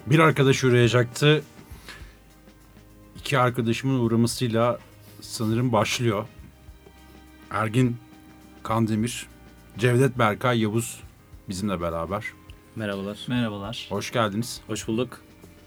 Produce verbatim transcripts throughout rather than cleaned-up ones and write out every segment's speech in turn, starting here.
Bir arkadaş uğrayacaktı. İki arkadaşımın uğramasıyla sanırım başlıyor. Ergin Kandemir, Cevdet Berkay Yavuz bizimle beraber. Merhabalar. Merhabalar. Hoş geldiniz. Hoş bulduk.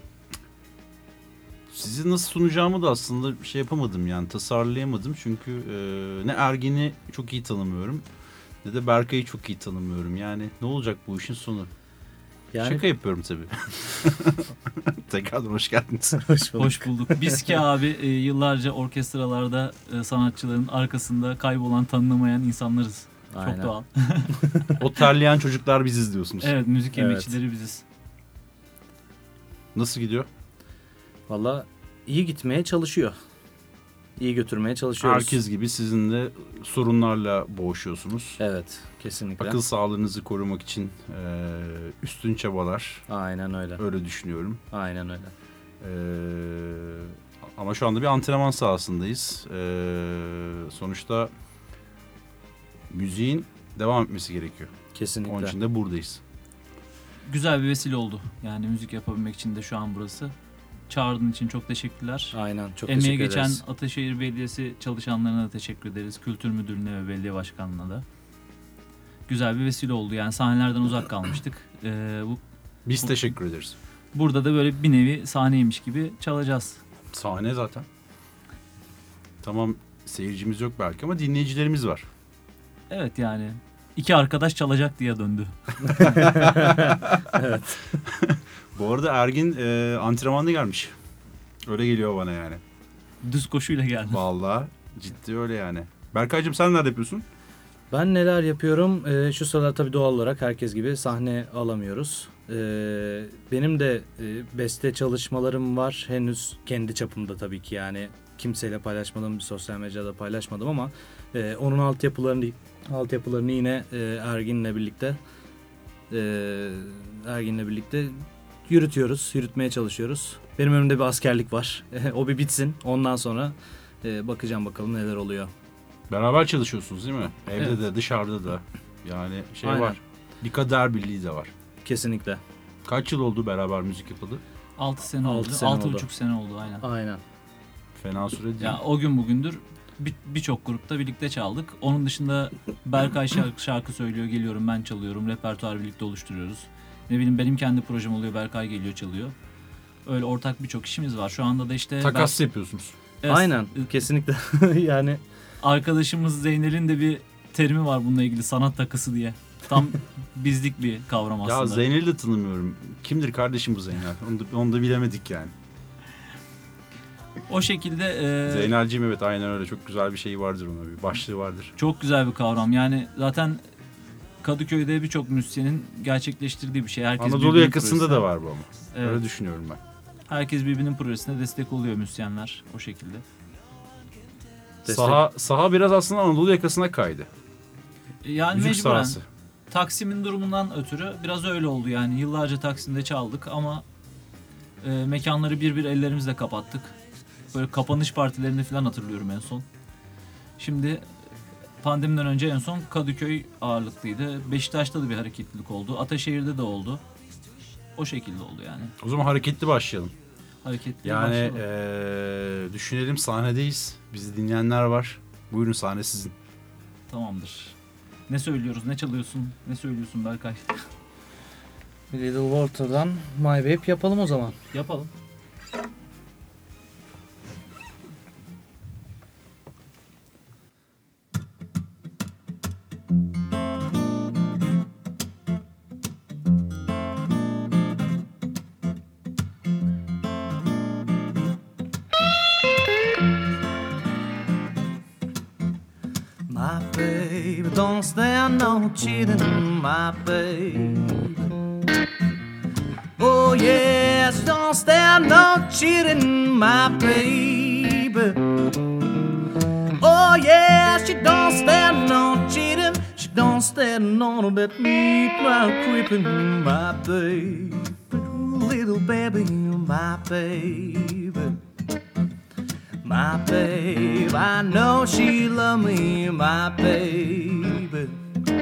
Sizi nasıl sunacağımı da aslında bir şey yapamadım yani tasarlayamadım. Çünkü e, ne Ergin'i çok iyi tanımıyorum ne de Berkay'ı çok iyi tanımıyorum. Yani ne olacak bu işin sonu? Yani... Şaka yapıyorum tabii. Tekrardan hoş geldiniz. Hoş bulduk. Hoş bulduk. Biz ki abi e, yıllarca orkestralarda e, sanatçıların arkasında kaybolan, tanınamayan insanlarız. Aynen. Çok doğal. O terleyen çocuklar biziz diyorsunuz. Evet, müzik Evet. emekçileri biziz. Nasıl gidiyor? Valla iyi gitmeye çalışıyor. İyi götürmeye çalışıyoruz. Herkes gibi sizin de sorunlarla boğuşuyorsunuz. Evet, kesinlikle. Akıl sağlığınızı korumak için e, üstün çabalar. Aynen öyle. Öyle düşünüyorum. Aynen öyle. E, ama şu anda bir antrenman sahasındayız. E, sonuçta müziğin devam etmesi gerekiyor. Kesinlikle. Onun için de buradayız. Güzel bir vesile oldu. Yani müzik yapabilmek için de şu an burası. Çağırdığın için çok teşekkürler. Aynen, çok Emeğe teşekkür geçen ederiz. Ataşehir Belediyesi çalışanlarına da teşekkür ederiz. Kültür Müdürlüğüne ve Belediye Başkanlığı'na da. Güzel bir vesile oldu. Yani sahnelerden uzak kalmıştık. Ee, bu Biz Bu- teşekkür ederiz. Burada da böyle bir nevi sahneymiş gibi çalacağız. Sahne zaten. Tamam, seyircimiz yok belki ama dinleyicilerimiz var. Evet yani iki arkadaş çalacak diye döndü. Evet. Bu arada Ergin e, antrenmanda gelmiş. Öyle geliyor bana yani. Düz koşuyla geldi. Vallahi ciddi öyle yani. Berkaycığım sen nerede yapıyorsun? Ben neler yapıyorum? Ee, şu sıralar tabii doğal olarak herkes gibi sahne alamıyoruz. Ee, benim de e, beste çalışmalarım var. Henüz kendi çapımda tabii ki yani. Kimseyle paylaşmadım, bir sosyal medyada paylaşmadım ama e, onun altyapılarını altyapılarını yine e, Ergin'le birlikte e, Ergin'le birlikte yürütüyoruz, yürütmeye çalışıyoruz. Benim önümde bir askerlik var. O bir bitsin. Ondan sonra e, bakacağım bakalım neler oluyor. Beraber çalışıyorsunuz değil mi? Evde Evet. de dışarıda da. Yani şey Aynen. var. Bir kader birliği de var. Kesinlikle. Kaç yıl oldu beraber müzik yapalı? altı sene oldu. Altı sene altı oldu. buçuk sene oldu aynen. Aynen. Fena süre değil. Ya o gün bugündür bir- birçok grupta birlikte çaldık. Onun dışında Berkay şarkı, şarkı söylüyor, geliyorum ben çalıyorum. Repertuar birlikte oluşturuyoruz. Ne bileyim benim kendi projem oluyor, Berkay geliyor çalıyor. Öyle ortak birçok işimiz var. Şu anda da işte Takas yapıyorsunuz. Evet, Aynen. Kesinlikle. Yani arkadaşımız Zeynel'in de bir terimi var bununla ilgili, sanat takısı diye. Tam bizlik bir kavram aslında. Ya Zeynel'i de tanımıyorum. Kimdir kardeşim bu Zeynel? Onu da, onu da bilemedik yani. O şekilde e, Zeynel'ciğim evet aynen öyle. Çok güzel bir şey vardır ona. Bir başlığı vardır. çok güzel bir kavram. Yani zaten Kadıköy'de birçok müzisyenin gerçekleştirdiği bir şey. Herkes Anadolu birbirinin yakasında projesine- da var bu ama. Evet. Öyle düşünüyorum ben. Herkes birbirinin projesine destek oluyor, müzisyenler o şekilde. Destek. Saha, saha biraz aslında Anadolu yakasına kaydı. Yani Müzik mecburen sahası. Taksim'in durumundan ötürü biraz öyle oldu yani. Yıllarca Taksim'de çaldık ama e, mekanları bir bir ellerimizle kapattık. Böyle kapanış partilerini falan hatırlıyorum en son. Şimdi pandemiden önce en son Kadıköy ağırlıklıydı. Beşiktaş'ta da bir hareketlilik oldu. Ataşehir'de de oldu. O şekilde oldu yani. O zaman hareketli başlayalım. Hareketli Yani başladı. eee, düşünelim, sahnedeyiz. Bizi dinleyenler var. Buyurun, sahne sizin. Tamamdır. Ne söylüyoruz? Ne çalıyorsun? Ne söylüyorsun Berkay? bir Little Water'dan My Babe yapalım o zaman. Yapalım. My baby, don't stand no cheating, my baby. Oh yes, don't stand no cheating, my baby. Oh yes, she don't stand no cheating. She don't stand no that meat while creeping, my baby. Little baby, my baby. My babe, I know she love me, my baby.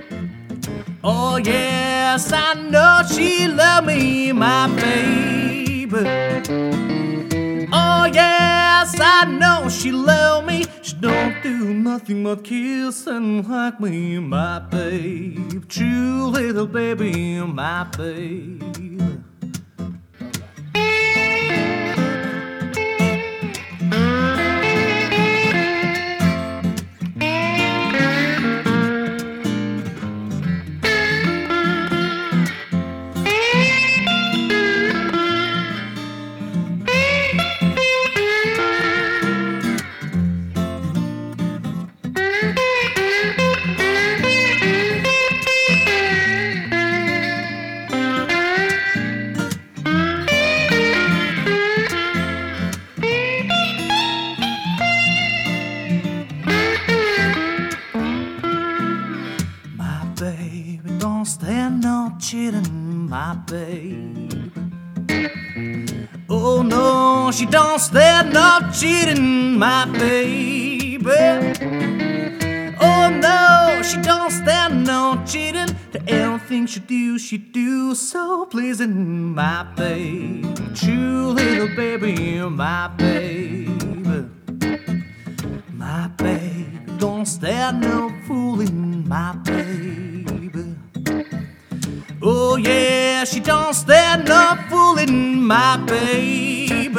Oh yes, I know she love me, my baby. Oh yes, I know she love me. She don't do nothing but kiss and hug me, my babe. True little baby, my babe. Cheating, my babe. Oh no, she don't stand no cheating, my baby. Oh no, she don't stand no cheating. To everything she do, she do so pleasing, my babe. True little baby, my babe. My babe, don't stand no fooling, my babe. Oh yeah, she don't stand no fooling, my baby.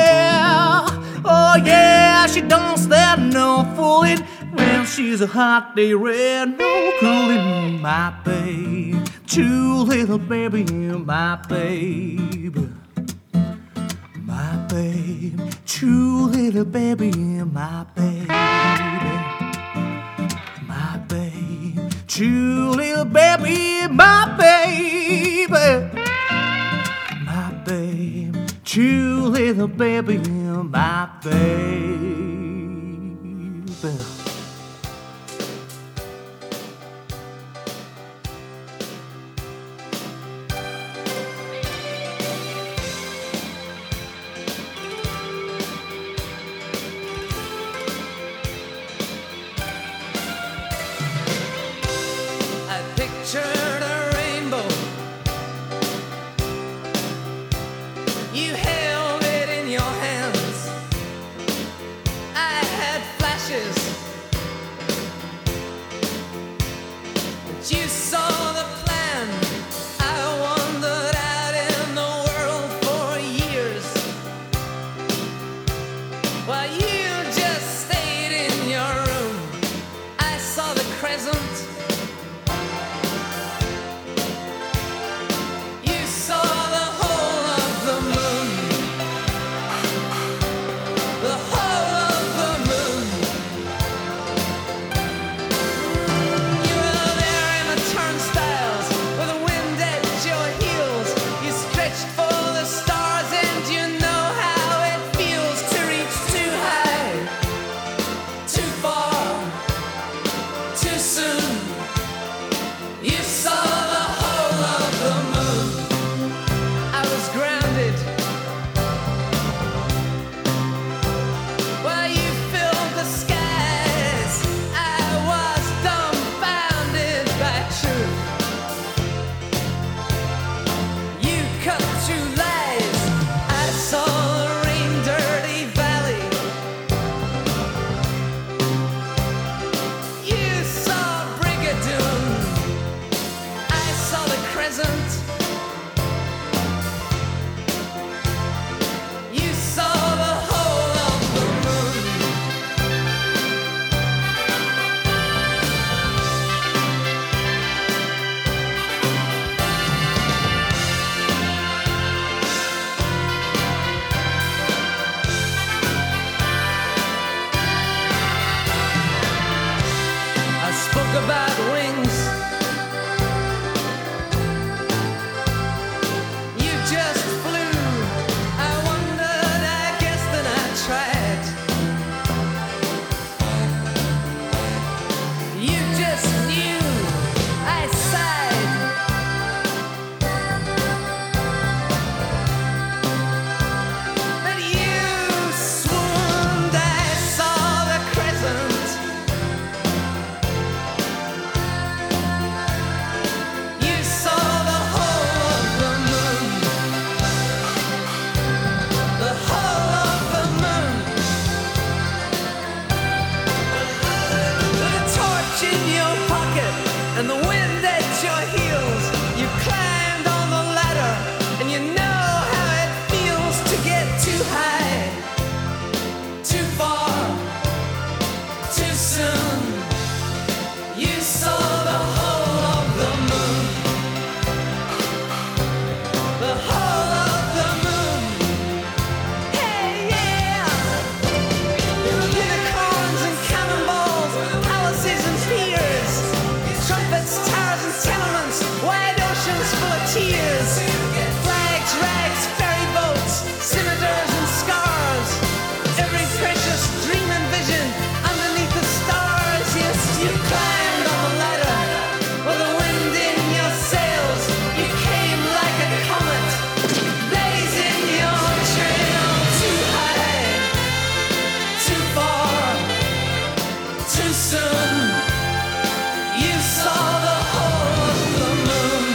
Oh yeah, she don't stand no fooling. When she's a hot day red, no cooling, my babe. True little baby, my babe. My babe, true little baby, my babe. My babe, true little baby, my baby. My babe, true little baby, my babe. and the wind at your heels. You climbed on the ladder, and you know how it feels to get too high, too far, too soon. You saw the whole of the moon, the whole of the moon. Hey, yeah! Unicorns and cannonballs, palaces and piers, trumpets, towers and tenements, wide oceans full of tears, flags, rags, ferry boats, scimitars and scars, every precious dream and vision underneath the stars. Yes, you climbed on the ladder with the wind in your sails. You came like a comet, blazing your trail. Too high, too far, too soon. You saw the whole of the moon.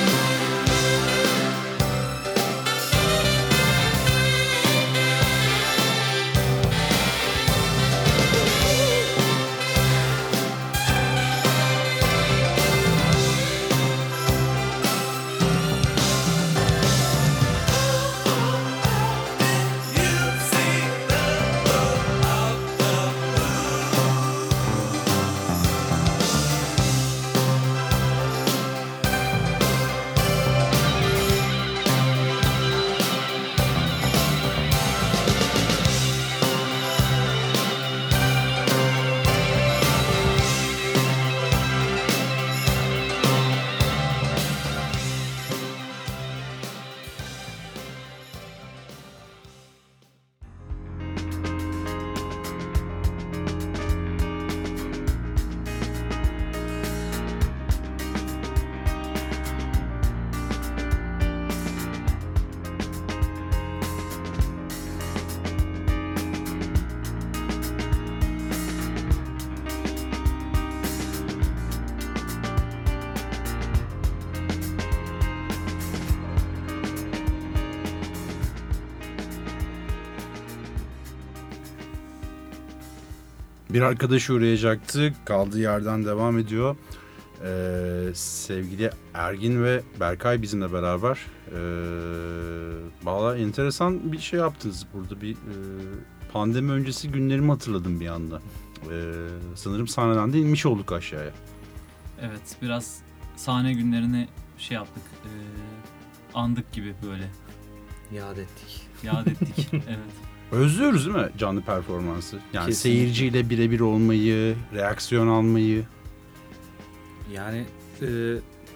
Bir arkadaş uğrayacaktı. Kaldığı yerden devam ediyor. Ee, sevgili Ergin ve Berkay bizimle beraber. Ee, Valla enteresan bir şey yaptınız burada. Bir e, pandemi öncesi günlerimi hatırladım bir anda. Ee, sanırım sahneden de inmiş olduk aşağıya. Evet, biraz sahne günlerini şey yaptık. E, andık gibi böyle. Yad ettik. Yad ettik. Evet. Özlüyoruz değil mi canlı performansı? Yani Kesinlikle. seyirciyle birebir olmayı, reaksiyon almayı. Yani e,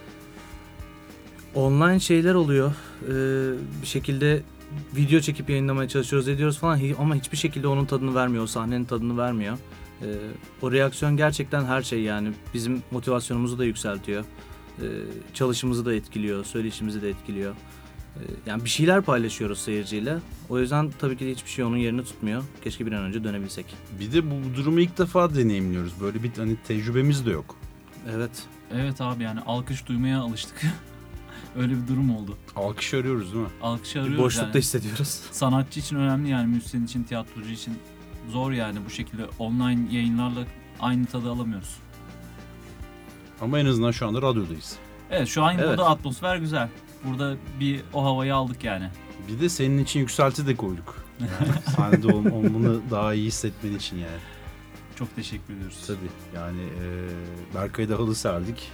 online şeyler oluyor. E, bir şekilde video çekip yayınlamaya çalışıyoruz, ediyoruz falan Hi- ama hiçbir şekilde onun tadını vermiyor, o sahnenin tadını vermiyor. E, o reaksiyon gerçekten her şey yani. Bizim motivasyonumuzu da yükseltiyor. E, çalışımızı da etkiliyor, söyleşimizi de etkiliyor. E, yani bir şeyler paylaşıyoruz seyirciyle. O yüzden tabii ki de hiçbir şey onun yerini tutmuyor. Keşke bir an önce dönebilsek. Bir de bu durumu ilk defa deneyimliyoruz. Böyle bir hani tecrübemiz de yok. Evet. Evet abi, yani alkış duymaya alıştık. Öyle bir durum oldu. Alkış arıyoruz değil mi? Alkış Bir arıyoruz boşlukta yani. hissediyoruz. Sanatçı için önemli yani, müzisyen için, tiyatrocu için zor yani, bu şekilde online yayınlarla aynı tadı alamıyoruz. Ama en azından şu anda radyodayız. Evet, şu an Evet. burada atmosfer güzel. Burada bir o havayı aldık yani. Bir de senin için yükselti de koyduk. Yani sahnede ol- olmanı daha iyi hissetmen için yani. Çok teşekkür ediyoruz. Tabii yani e, Berkay'ı da halı serdik.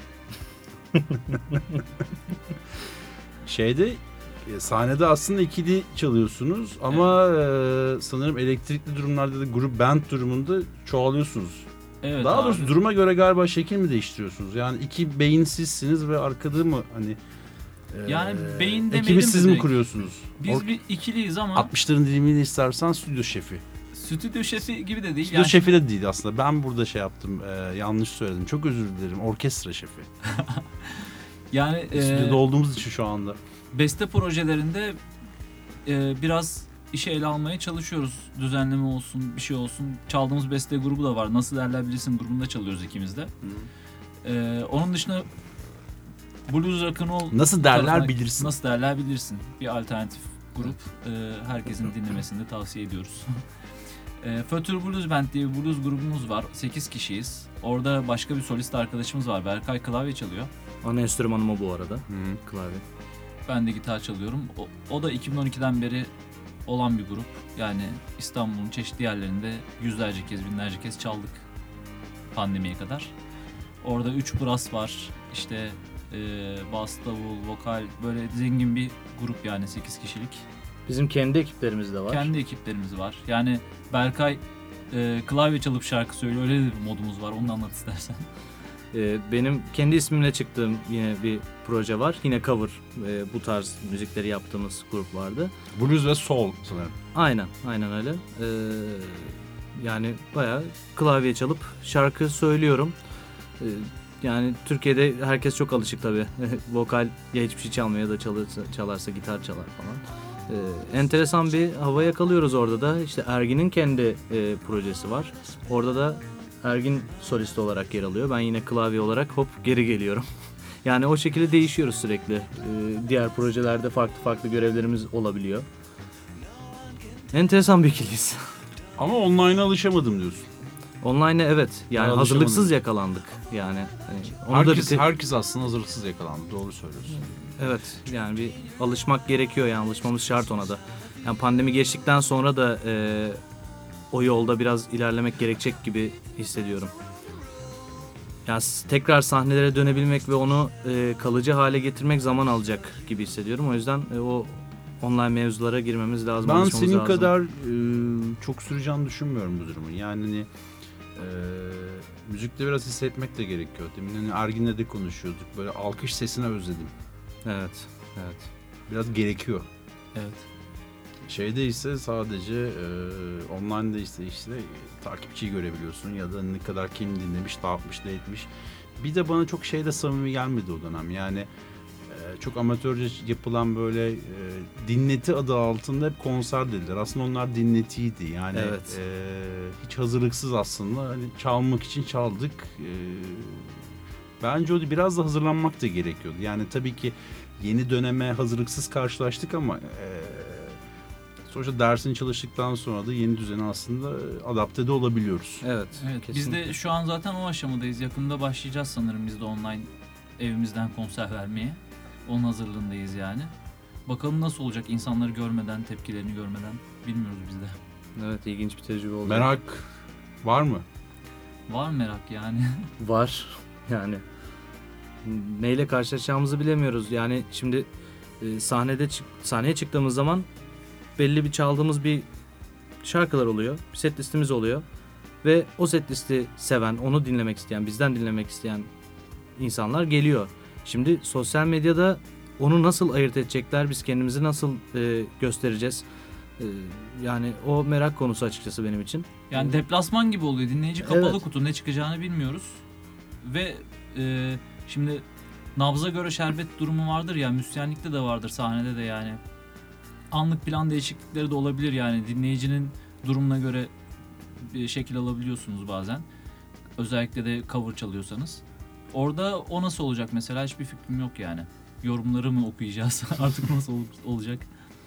Şeyde e, sahnede aslında ikili çalıyorsunuz ama e, sanırım elektrikli durumlarda da grup band durumunda çoğalıyorsunuz. Evet Daha abi. doğrusu duruma göre galiba şekil mi değiştiriyorsunuz? Yani iki beyin sizsiniz ve arkada mı hani e, Yani beyin demeyelim ekibi de siz mi direkt. kuruyorsunuz? Biz Or- bir ikiliyiz ama altmışların dilimiyle istersen stüdyo şefi. stüdyo şefi gibi de değil. Stüdyo Yani şefi de değil aslında. Ben burada şey yaptım. e, yanlış söyledim. Çok özür dilerim. Orkestra şefi. yani e, Stüdyoda olduğumuz için şu anda. beste projelerinde e, biraz işe ele almaya çalışıyoruz. Düzenleme olsun, bir şey olsun. Çaldığımız beste grubu da var. Nasıl Derler Bilirsin grubunda çalıyoruz ikimiz de. E, onun dışında blues rock'n'roll Nasıl derler tarafına- bilirsin. Nasıl Derler Bilirsin. Bir alternatif grup. E, herkesin dinlemesini de tavsiye ediyoruz. E, Future Blues Band diye bir blues grubumuz var. sekiz kişiyiz. Orada başka bir solist arkadaşımız var. Berkay klavye çalıyor. Ana enstrümanım o bu arada. Hı. Klavye. Ben de gitar çalıyorum. O, o da iki bin on ikiden beri olan bir grup. Yani İstanbul'un çeşitli yerlerinde yüzlerce kez, binlerce kez çaldık pandemiye kadar. Orada üç brass var. İşte e, bas, davul, vokal, böyle zengin bir grup yani sekiz kişilik. Bizim kendi ekiplerimiz de var. Kendi ekiplerimiz var. Yani Berkay e, klavye çalıp şarkı söylüyor. Öyle de bir modumuz var. Onu da anlat istersen. Ee, benim kendi ismimle çıktığım yine bir proje var. Yine cover e, bu tarz müzikleri yaptığımız grup vardı. Blues ve soul sanırım. Aynen, aynen öyle. Ee, yani bayağı klavye çalıp şarkı söylüyorum. Ee, yani Türkiye'de herkes çok alışık tabii. Vokal ya hiçbir şey çalmıyor ya da çalarsa, çalarsa gitar çalar falan. Ee, enteresan bir hava yakalıyoruz orada da. İşte Ergin'in kendi e, projesi var. Orada da Ergin solist olarak yer alıyor. Ben yine klavye olarak hop geri geliyorum. Yani o şekilde değişiyoruz sürekli. Ee, diğer projelerde farklı farklı görevlerimiz olabiliyor. Enteresan bir ikiliyiz. Ama online'a alışamadım diyorsun. Online'e evet. Yani Ben hazırlıksız alışamadım. yakalandık. Yani hani onu da Herkes, bir te- herkes aslında hazırlıksız yakalandı. Doğru söylüyorsun. evet yani bir alışmak gerekiyor yani alışmamız şart ona da. Yani pandemi geçtikten sonra da e, o yolda biraz ilerlemek gerekecek gibi hissediyorum. Yani s- tekrar sahnelere dönebilmek ve onu e, kalıcı hale getirmek zaman alacak gibi hissediyorum. O yüzden e, o online mevzulara girmemiz lazım. Ben alışmamız senin lazım. kadar e, çok süreceğini düşünmüyorum bu durumun. Yani hani e, müzikte biraz hissetmek de gerekiyor. Demin hani Ergin'le de konuşuyorduk. Böyle alkış sesini özledim. Evet, evet. Biraz gerekiyor. Evet. Şeyde ise sadece e, online'da ise işte e, takipçiyi görebiliyorsun ya da ne kadar kim dinlemiş, dağıtmış, da etmiş. Bir de bana çok şey de samimi gelmedi o dönem. Yani e, çok amatörce yapılan böyle e, dinleti adı altında hep konser dediler. Aslında onlar dinletiydi. Yani Evet. e, hiç hazırlıksız aslında hani çalmak için çaldık. E, bence o biraz da hazırlanmak da gerekiyordu. Yani tabii ki yeni döneme hazırlıksız karşılaştık ama e, sonuçta dersini çalıştıktan sonra da yeni düzene aslında adapte de olabiliyoruz. Evet, Evet, biz kesinlikle. de şu an zaten o aşamadayız. Yakında başlayacağız sanırım biz de online evimizden konser vermeye. Onun hazırlığındayız yani. Bakalım nasıl olacak insanları görmeden, tepkilerini görmeden bilmiyoruz biz de. Evet, ilginç bir tecrübe oldu. Merak var mı? Var merak yani. Var yani neyle karşılaşacağımızı bilemiyoruz. Yani şimdi e, sahnede çık- sahneye çıktığımız zaman belli bir çaldığımız bir şarkılar oluyor. Bir set listimiz oluyor. Ve o set listi seven, onu dinlemek isteyen, bizden dinlemek isteyen insanlar geliyor. Şimdi sosyal medyada onu nasıl ayırt edecekler? Biz kendimizi nasıl e, göstereceğiz? E, yani o merak konusu açıkçası benim için. Yani deplasman gibi oluyor. Dinleyici kapalı Evet. kutu, ne çıkacağını bilmiyoruz. Ve e, şimdi nabza göre şerbet durumu vardır ya, müzisyenlikte de vardır, sahnede de yani. Anlık plan değişiklikleri de olabilir yani. Dinleyicinin durumuna göre bir şekil alabiliyorsunuz bazen. Özellikle de cover çalıyorsanız. Orada o nasıl olacak mesela, hiçbir fikrim yok yani. Yorumları mı okuyacağız artık, nasıl ol- olacak?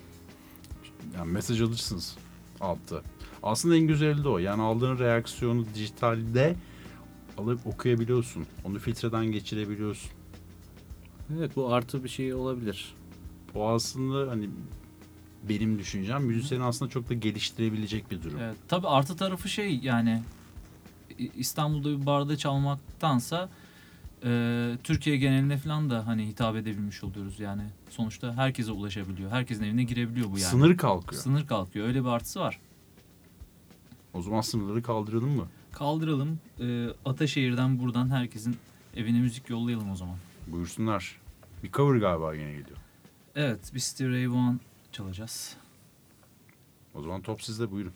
Yani mesaj alırsınız altta. Aslında en güzeli de o. Yani aldığın reaksiyonu dijitalde alıp okuyabiliyorsun. Onu filtreden geçirebiliyorsun. Evet, bu artı bir şey olabilir. O aslında hani benim düşüncem müzisyeni aslında çok da geliştirebilecek bir durum. Evet, tabii artı tarafı şey yani, İ- İstanbul'da bir barda çalmaktansa e, Türkiye geneline falan da hani hitap edebilmiş oluyoruz yani. Sonuçta herkese ulaşabiliyor. Herkesin evine girebiliyor bu yani. Sınır kalkıyor. Sınır kalkıyor. Öyle bir artısı var. O zaman sınırları kaldıralım mı? Kaldıralım. E, Ataşehir'den buradan herkesin evine müzik yollayalım o zaman. Buyursunlar. Bir cover galiba yine geliyor. Evet, biz Stevie Ray Vaughan çalacağız. O zaman top sizde, buyurun.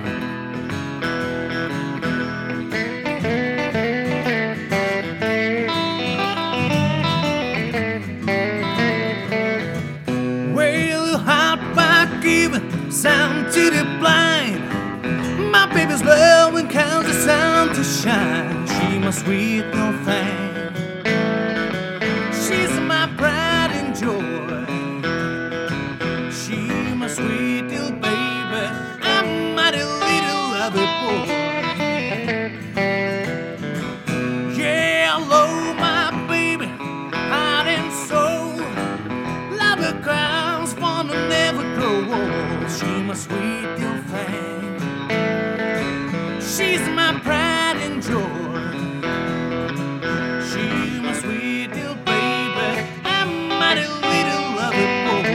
Thank sound to the blind. My baby's love when counts the sound to shine. She my sweet little thing. She's my pride and joy. She my sweet little baby. I'm my little lover boy. Yeah, I love my baby, heart and soul. Love her cries for to never grow old. She my sweet little thing. She's my pride and joy. She's my sweet little baby. I'm my little lover boy.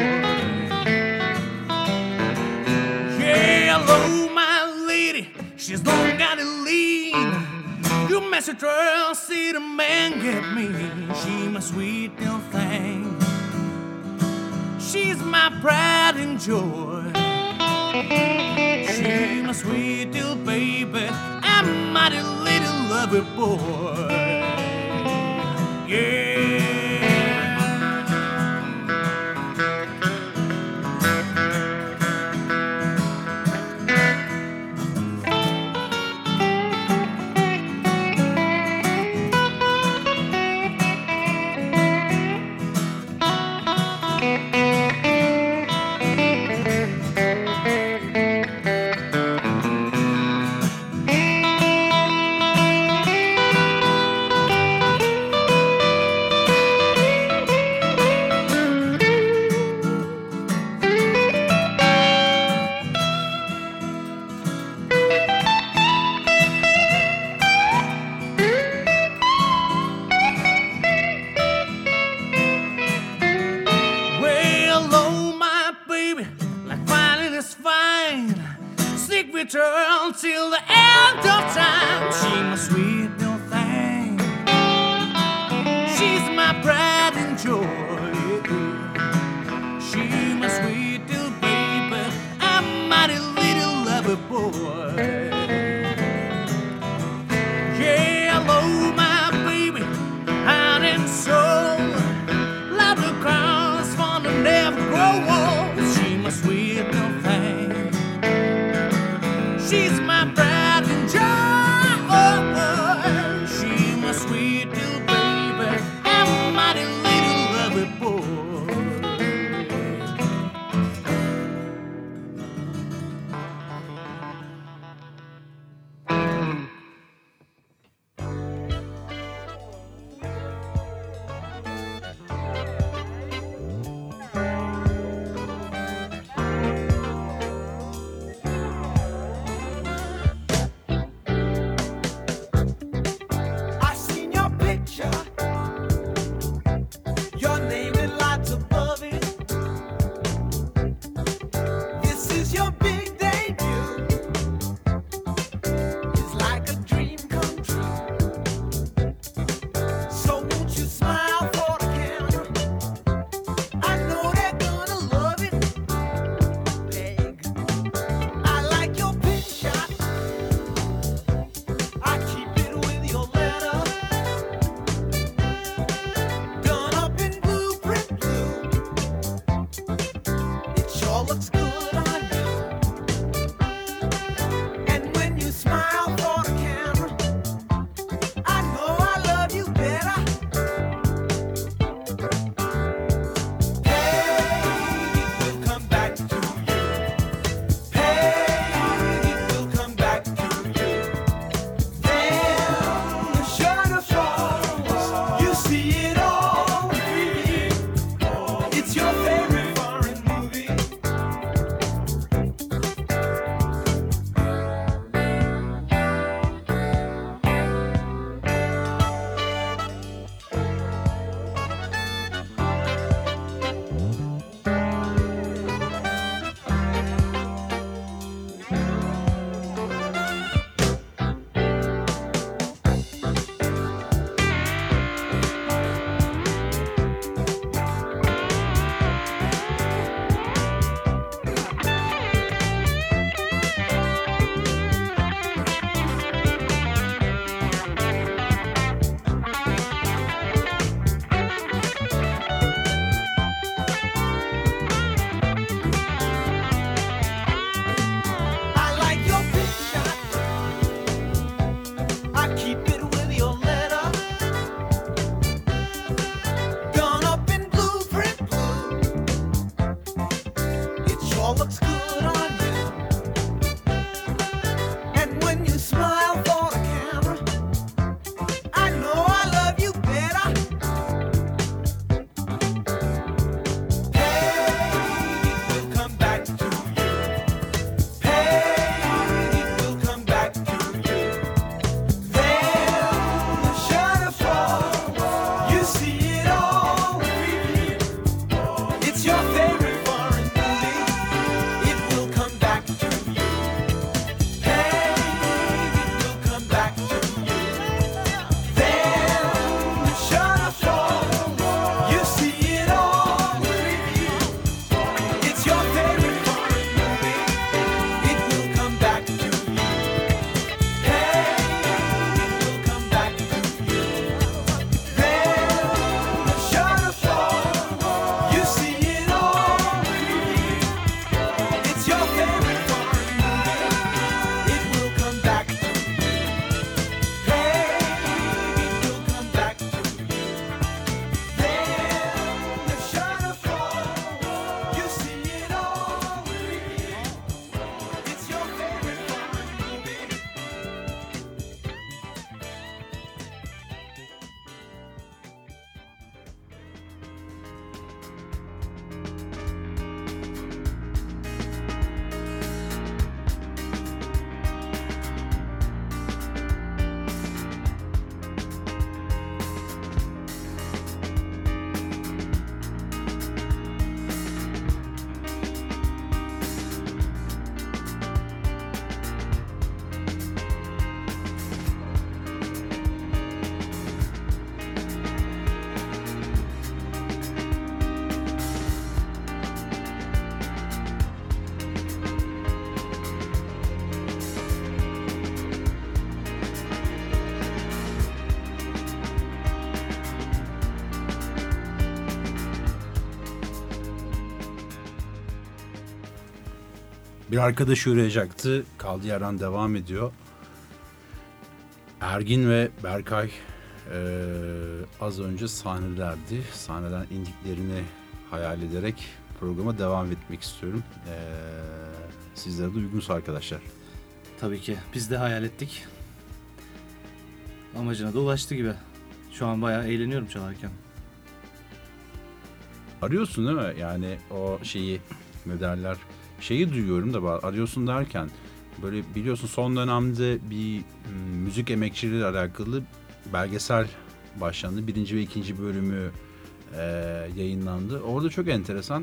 Yeah, hello, my lady. She's don't got to lean. You mess with her, see the man get me. She's my sweet little thing. She's my pride and joy. She's my sweet little baby. I'm my little lover boy. Yeah. Return till the end of time. She my sweet little thing. She's my pride and joy. She my sweet little baby. I'm my little lover boy. Yeah, I love my baby, heart and soul. Love the cars for the never grow old. She my sweet little thing. She's my pride and joy. Oh, oh. all looks good on you. And when you smile for the camera, I know I love you better. Hey, it will come back to you. Hey, it will come back to you. Then the shutter falls, you see it all revealed. It's your favorite foreign movie. It will come back to you. Hey, it will come back to you. Then the shutter falls, you see it all revealed. It's your favorite foreign movie. It will come back to you. Hey, it will come back to you. Then the shutter falls, you see it all revealed. It's your favorite foreign movie. It will come back to you. Hey, it will come back to you. Then the shutter falls, you see it all revealed. It's your favorite foreign movie. Bir arkadaşı uğrayacaktı. Kaldığı yerden devam ediyor. Ergin ve Berkay eee, az önce sahnelerdi. Sahneden indiklerini hayal ederek programa devam etmek istiyorum. Eee sizlere de uygunsa arkadaşlar. Tabii ki. Biz de hayal ettik. Amacına da ulaştı gibi. Şu an bayağı eğleniyorum çalarken. Arıyorsun değil mi? Yani o şeyi, ne derler, şeyi duyuyorum da ba- arıyorsun derken böyle biliyorsun son dönemde bir m, müzik emekçiliğiyle alakalı belgesel başlandı. Birinci ve ikinci bölümü e, yayınlandı. Orada çok enteresan.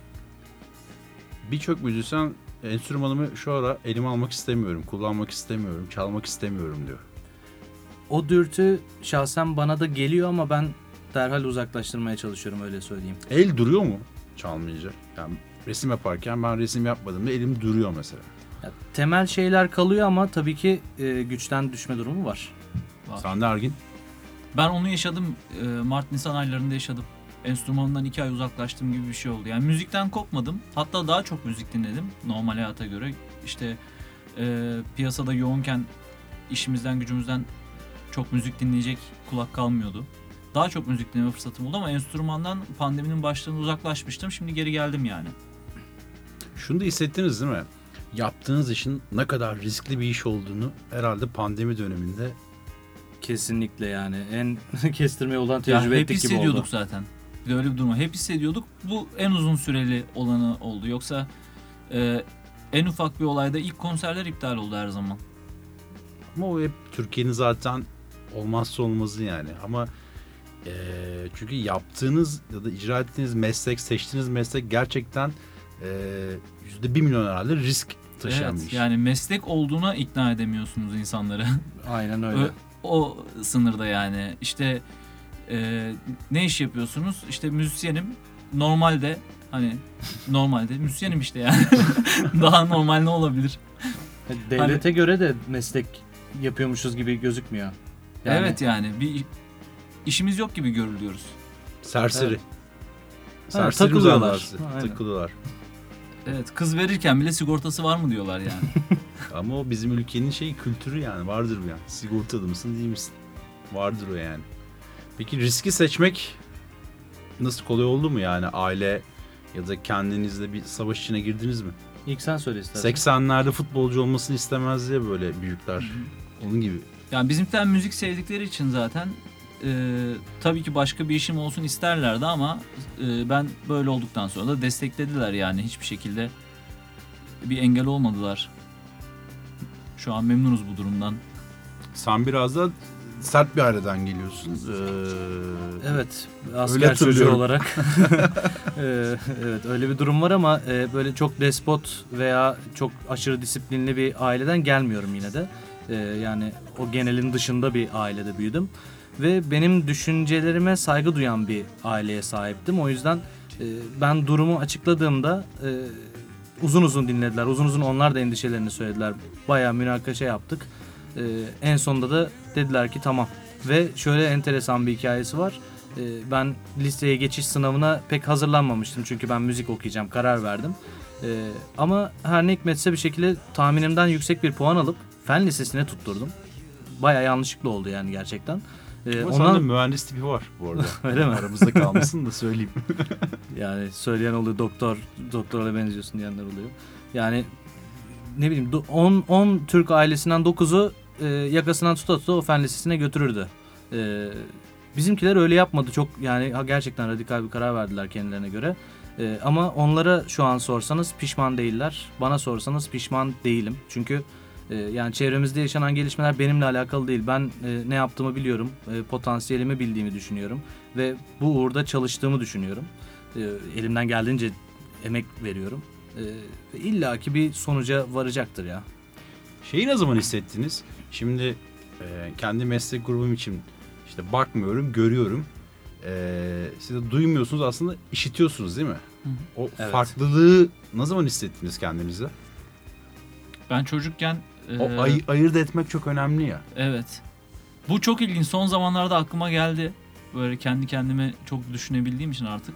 Birçok müzisyen enstrümanımı şu ara elime almak istemiyorum, kullanmak istemiyorum, çalmak istemiyorum diyor. O dürtü şahsen bana da geliyor ama ben derhal uzaklaştırmaya çalışıyorum, öyle söyleyeyim. El duruyor mu çalmayınca? Yani resim yaparken ben resim yapmadığımda elim duruyor mesela. Ya, temel şeyler kalıyor ama tabii ki e, güçten düşme durumu var. Var. Sen de Ergin. Ben onu yaşadım. e, Mart-Nisan aylarında yaşadım. Enstrümanından iki ay uzaklaştığım gibi bir şey oldu. Yani müzikten kopmadım. Hatta daha çok müzik dinledim normal hayata göre. İşte e, piyasada yoğunken işimizden gücümüzden çok müzik dinleyecek kulak kalmıyordu. Daha çok müzik dinleme fırsatım oldu ama enstrümandan pandeminin başlarında uzaklaşmıştım. Şimdi geri geldim yani. Şunu da hissettiniz değil mi? Yaptığınız işin ne kadar riskli bir iş olduğunu herhalde pandemi döneminde. Kesinlikle yani. En kestirmeye olan Ya tecrübe hep ettik gibi hissediyorduk oldu. zaten. Bir de öyle bir durum var. Hep hissediyorduk. Bu en uzun süreli olanı oldu. Yoksa e, en ufak bir olayda ilk konserler iptal oldu her zaman. Ama o hep Türkiye'nin zaten olmazsa olmazı yani. Ama eee, çünkü yaptığınız ya da icra ettiğiniz meslek, seçtiğiniz meslek gerçekten eee, yüzde bir milyon herhalde risk taşıyan bir Evet, iş. yani meslek olduğuna ikna edemiyorsunuz insanları. Aynen öyle. Ö- o sınırda yani. İşte e, ne iş yapıyorsunuz? İşte müzisyenim. Normalde hani normalde müzisyenim işte yani. Daha normal ne olabilir? Devlete göre de meslek yapıyormuşuz gibi gözükmüyor. Yani Evet yani bir işimiz yok gibi görülüyoruz. Serseri. Evet. Serseri takılıyorlar. müzalarası. Aynen. Takılıyorlar. Evet, kız verirken bile sigortası var mı diyorlar yani. Ama o bizim ülkenin şey kültürü yani. Vardır bu yani. Sigortalı mısın değil misin? Vardır o yani. Peki riski seçmek nasıl, kolay oldu mu yani? Aile Ya da kendinizle bir savaş içine girdiniz mi? İlk sen söyle istersen. seksenlerde futbolcu olmasını istemez diye böyle büyükler. Onun gibi. Yani bizimkiler müzik sevdikleri için zaten e, tabii ki başka bir işim olsun isterlerdi ama e, ben böyle olduktan sonra da desteklediler yani hiçbir şekilde bir engel olmadılar. Şu an memnunuz bu durumdan. Sen biraz da sert bir aileden geliyorsun. Ee, Evet, Öyle asker çocuğu hatırlıyorum. olarak. Ee, evet, öyle bir durum var ama e, böyle çok despot veya çok aşırı disiplinli bir aileden gelmiyorum yine de. Ee, yani o genelin dışında bir ailede büyüdüm. Ve benim düşüncelerime saygı duyan bir aileye sahiptim. O yüzden e, ben durumu açıkladığımda e, uzun uzun dinlediler. Uzun uzun onlar da endişelerini söylediler. Bayağı münakaşa yaptık. Ee, en sonunda da dediler ki tamam. Ve şöyle enteresan bir hikayesi var. Ee, ben liseye geçiş sınavına pek hazırlanmamıştım. Çünkü ben müzik okuyacağım, karar verdim. Ee, ama her ne hikmetse bir şekilde tahminimden yüksek bir puan alıp fen lisesine tutturdum. Bayağı yanlışlıkla oldu yani gerçekten. Ee, Ama ondan... sende mühendis tipi var bu arada. Öyle mi? Aramızda kalmasın da söyleyeyim. Yani söyleyen oluyor, doktor, doktora benziyorsun diyenler oluyor. Yani ne bileyim on Türk ailesinden dokuzu e, yakasından tuta tuta o fen lisesine götürürdü. E, bizimkiler öyle yapmadı. Çok yani gerçekten radikal bir karar verdiler kendilerine göre. E, ama onlara şu an sorsanız pişman değiller. Bana sorsanız pişman değilim. Çünkü e, yani çevremizde yaşanan gelişmeler benimle alakalı değil. Ben e, ne yaptığımı biliyorum. E, potansiyelimi bildiğimi düşünüyorum. Ve bu uğurda çalıştığımı düşünüyorum. E, elimden geldiğince emek veriyorum. E, İlla ki bir sonuca varacaktır ya. Şeyi ne zaman hissettiniz? Şimdi e, kendi meslek grubum için işte bakmıyorum, görüyorum. E, siz de duymuyorsunuz, aslında işitiyorsunuz değil mi? Hı hı. O Evet. farklılığı ne zaman hissettiniz kendinizde? Ben çocukken O e, ay- ayırt etmek çok önemli ya. evet. Bu çok ilginç. Son zamanlarda aklıma geldi. Böyle kendi kendime çok düşünebildiğim için artık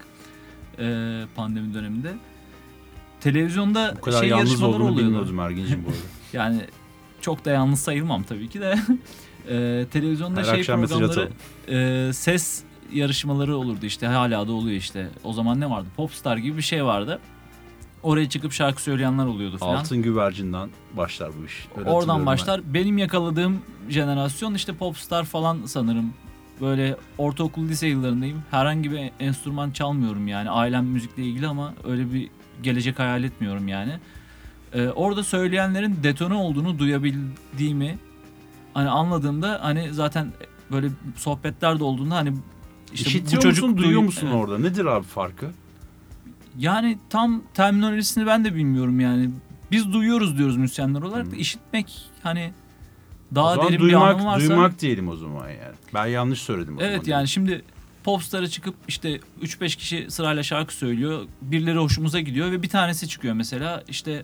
e, pandemi döneminde. Televizyonda Bu kadar şey yalnız yarışmaları olduğunu oluyordu. bilmiyordum Ergin'cim bu arada. Yani çok da yalnız sayılmam tabii ki de. e, televizyonda Her şey akşam mesaj programları, atalım. e, ses yarışmaları olurdu işte. Hala da oluyor işte. O zaman ne vardı? Popstar gibi bir şey vardı. Oraya çıkıp şarkı söyleyenler oluyordu falan. Altın güvercinden başlar bu iş. Öyle Oradan hatırlıyorum başlar. Benim yakaladığım jenerasyon işte Popstar falan sanırım. Böyle ortaokul lise yıllarındayım. Herhangi bir enstrüman çalmıyorum yani. Ailem müzikle ilgili ama öyle bir gelecek hayal etmiyorum yani. Ee, orada söyleyenlerin detone olduğunu duyabildiğimi hani anladığımda hani zaten böyle sohbetlerde olduğunda hani işte İşitiyor bu çocuk musun, duyuyor duy- musun Evet. orada? Nedir abi farkı? Yani tam terminolojisini ben de bilmiyorum yani. Biz duyuyoruz diyoruz müzisyenler olarak da Hmm. işitmek hani O daha zaman derin duymak, bir anlamı varsa. duymak diyelim o zaman yani. Ben yanlış söyledim o Evet zaman. yani şimdi Popstar'a çıkıp işte üç beş kişi sırayla şarkı söylüyor. Birileri hoşumuza gidiyor ve bir tanesi çıkıyor mesela işte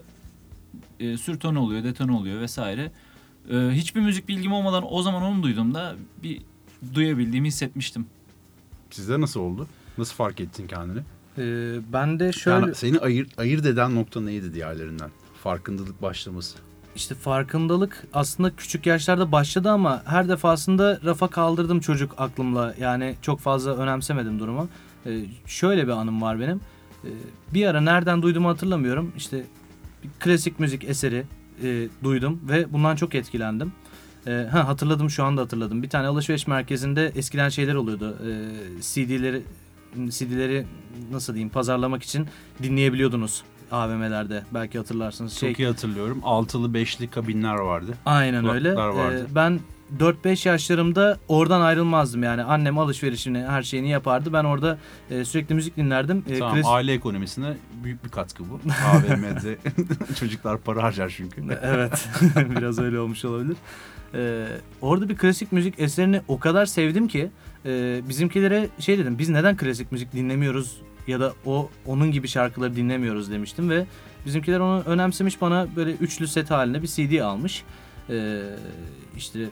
e, sürtone oluyor, detone oluyor vesaire. E, hiçbir müzik bilgim olmadan o zaman onu duyduğumda bir duyabildiğimi hissetmiştim. Sizde nasıl oldu? Nasıl fark ettin kendini? Ee, ben de şöyle... Yani seni ayır, ayırt eden nokta neydi diğerlerinden? Farkındalık başlaması. İşte farkındalık aslında küçük yaşlarda başladı ama her defasında rafa kaldırdım çocuk aklımla. Yani çok fazla önemsemedim durumu. Ee, şöyle bir anım var benim. Ee, bir ara nereden duyduğumu hatırlamıyorum. İşte bir klasik müzik eseri e, duydum ve bundan çok etkilendim. Ee, ha, hatırladım, şu anda hatırladım. Bir tane alışveriş merkezinde eskiden şeyler oluyordu. Ee, C D'leri C D'leri nasıl diyeyim, pazarlamak için dinleyebiliyordunuz A V M'lerde. Belki hatırlarsınız. Şey, Çok iyi hatırlıyorum. Altılı beşli kabinler vardı. aynen öyle. Kulaklıklar vardı. Ee, ben dört beş yaşlarımda oradan ayrılmazdım yani. Annem alışverişini, her şeyini yapardı. Ben orada e, sürekli müzik dinlerdim. E, Tamam, klas- aile ekonomisine büyük bir katkı bu. A V M'de çocuklar para harcar çünkü. Evet. Biraz öyle olmuş olabilir. Ee, orada bir klasik müzik eserini o kadar sevdim ki e, bizimkilere şey dedim. Biz neden klasik müzik dinlemiyoruz ya da o onun gibi şarkıları dinlemiyoruz demiştim ve bizimkiler onu önemsemiş, bana böyle üçlü set halinde bir C D almış. Ee, işte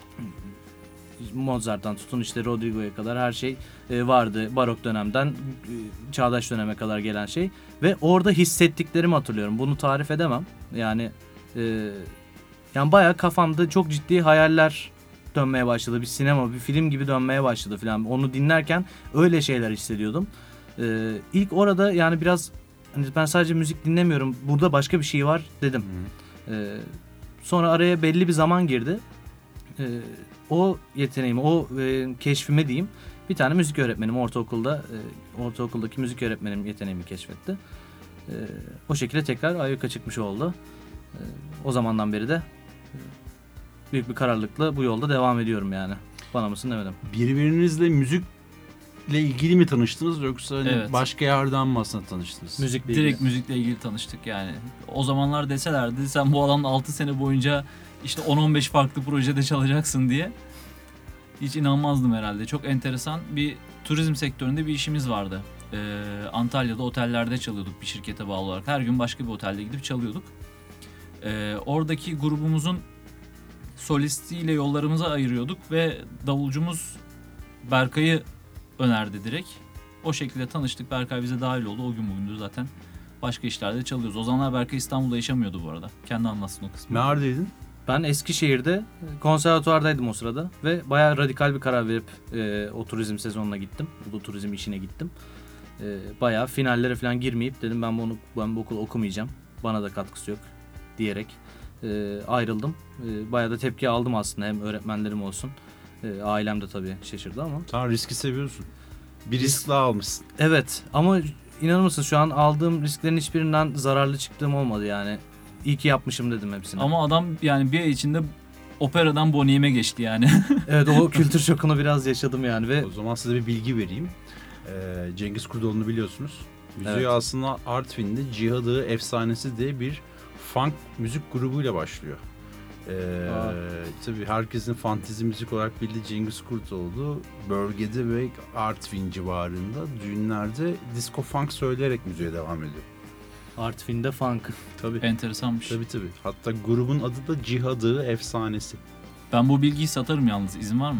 Mozart'tan tutun işte Rodrigo'ya kadar her şey e, vardı. Barok dönemden e, çağdaş döneme kadar gelen şey ve orada hissettiklerimi hatırlıyorum. Bunu tarif edemem. Yani e, yani bayağı kafamda çok ciddi hayaller dönmeye başladı. Bir sinema, bir film gibi dönmeye başladı falan. Onu dinlerken öyle şeyler hissediyordum. Ee, ilk orada yani biraz hani ben sadece müzik dinlemiyorum, burada başka bir şey var dedim. Ee, sonra araya belli bir zaman girdi. Ee, o yeteneğimi, o e, keşfime diyeyim, bir tane müzik öğretmenim ortaokulda, e, ortaokuldaki müzik öğretmenim yeteneğimi keşfetti. E, o şekilde tekrar ayyuka çıkmış oldu. E, o zamandan beri de e, büyük bir kararlılıkla bu yolda devam ediyorum yani. Bana mısın demedim. Birbirinizle müzikle ilgili mi tanıştınız yoksa hani Evet. başka yerden mi aslında tanıştınız? Müzikle Direkt ilgili. müzikle ilgili tanıştık yani. O zamanlar deselerdi sen bu adamla altı sene boyunca işte on on beş farklı projede çalacaksın diye hiç inanmazdım herhalde. Çok enteresan bir turizm sektöründe bir işimiz vardı. Ee, Antalya'da otellerde çalıyorduk bir şirkete bağlı olarak. Her gün başka bir otelde gidip çalıyorduk. Ee, oradaki grubumuzun solistiyle yollarımızı ayırıyorduk ve davulcumuz Berkay'ı önerdi direkt. O şekilde tanıştık. Berkay bize dahil oldu. O gün bugündür zaten başka işlerde çalıyoruz. O zamanlar Berkay İstanbul'da yaşamıyordu bu arada. Kendi anlatsın o kısmı. Neredeydin? Ben Eskişehir'de konservatuvardaydım o sırada ve bayağı radikal bir karar verip e, o turizm sezonuna gittim. Bu turizm işine gittim. E, bayağı finallere falan girmeyip dedim ben bunu ben bu okulu okumayacağım. Bana da katkısı yok diyerek e, ayrıldım. E, bayağı da tepki aldım aslında, hem öğretmenlerim olsun. E, ailem de tabii şaşırdı ama. Sen riski seviyorsun. Bir risk daha almışsın. Evet ama inanır mısın şu an aldığım risklerin hiçbirinden zararlı çıktığım olmadı yani. İyi ki yapmışım dedim hepsini. Ama adam yani bir ay içinde operadan Bonnie'me geçti yani. Evet, o kültür şokunu biraz yaşadım yani ve O zaman size bir bilgi vereyim. Ee, Cengiz Kurdoğlu'nu biliyorsunuz. Müziği Evet. aslında Artvin'de Cihadı Efsanesi diye bir funk müzik grubuyla başlıyor. Ee, Aa. tabii herkesin fantezi müzik olarak bildiği Cengiz Kurtoğlu bölgede ve Artvin civarında düğünlerde disco funk söyleyerek müziğe devam ediyor. Artvin'de funk. Tabii. Enteresanmış. Tabii tabii. Hatta grubun adı da Cihadı Efsanesi. Ben bu bilgiyi satarım yalnız. İzin var mı?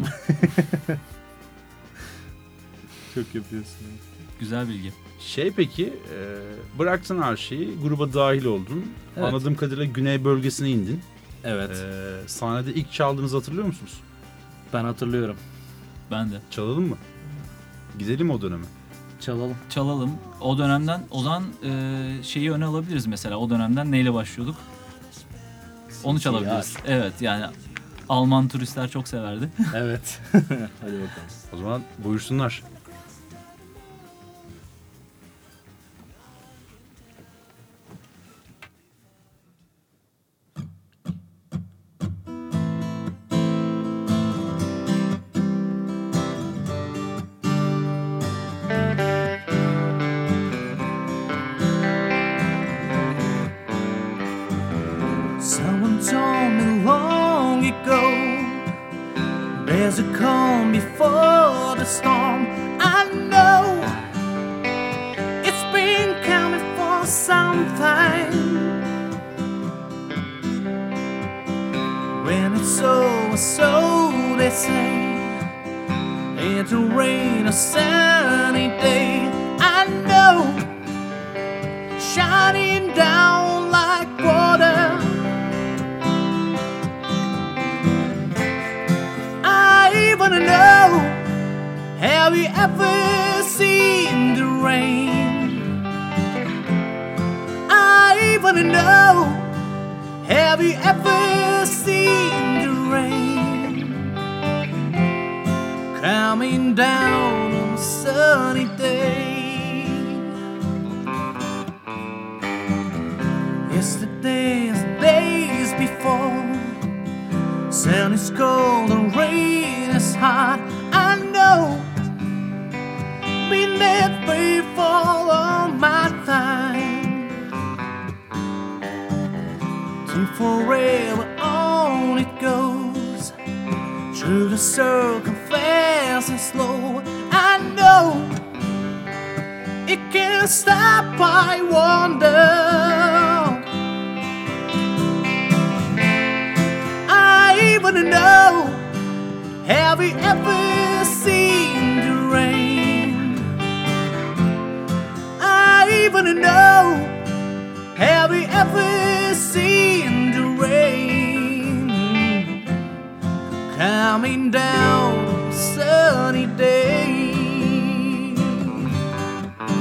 Çok yapıyorsun. Güzel bilgi. Şey peki, e, bıraktın her şeyi, gruba dahil oldun. Evet. Anladığım kadarıyla güney bölgesine indin. Evet, E, sahnede ilk çaldığınızı hatırlıyor musunuz? ben hatırlıyorum. Ben de. Çalalım mı? Gidelim o döneme. Çalalım. Çalalım. O dönemden o zaman e, şeyi öne alabiliriz mesela. O dönemden neyle başlıyorduk? Onu çalabiliriz. Evet yani Alman turistler çok severdi. Evet. Hadi bakalım. O zaman buyursunlar. Someone told me long ago, there's a calm before the storm. I know it's been coming for some time. When it's over, so they say, it'll rain a sunny day. I know, shining down like water. I wanna know, have you ever seen the rain? I wanna know, have you ever seen the rain coming down on a sunny day? Yesterday's days before, sun is cold and rain is hot. I know, been that way for all my time. To forever on it goes, through the circle fast and slow. I know, it can't stop, I wonder. I wanna know, have you ever seen the rain? I wanna know, have you ever seen the rain coming down on a sunny day?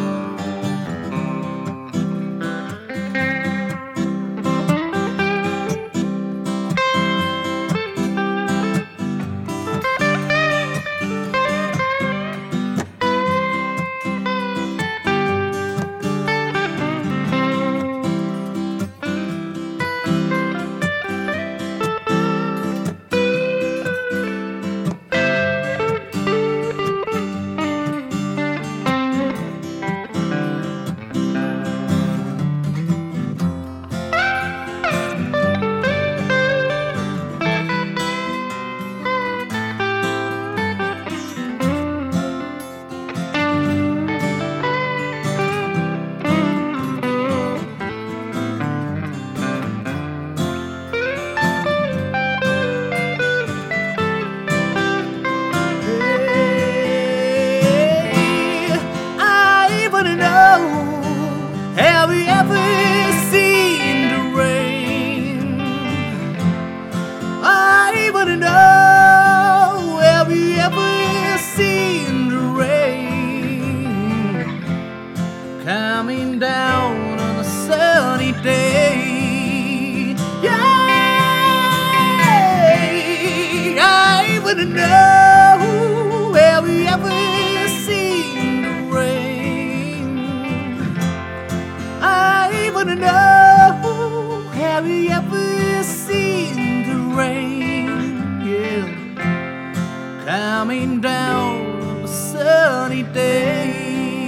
coming down on a sunny day. Yeah, I wanna know, have you ever seen the rain? I wanna know, have you ever seen the rain? Yeah, coming down on a sunny day.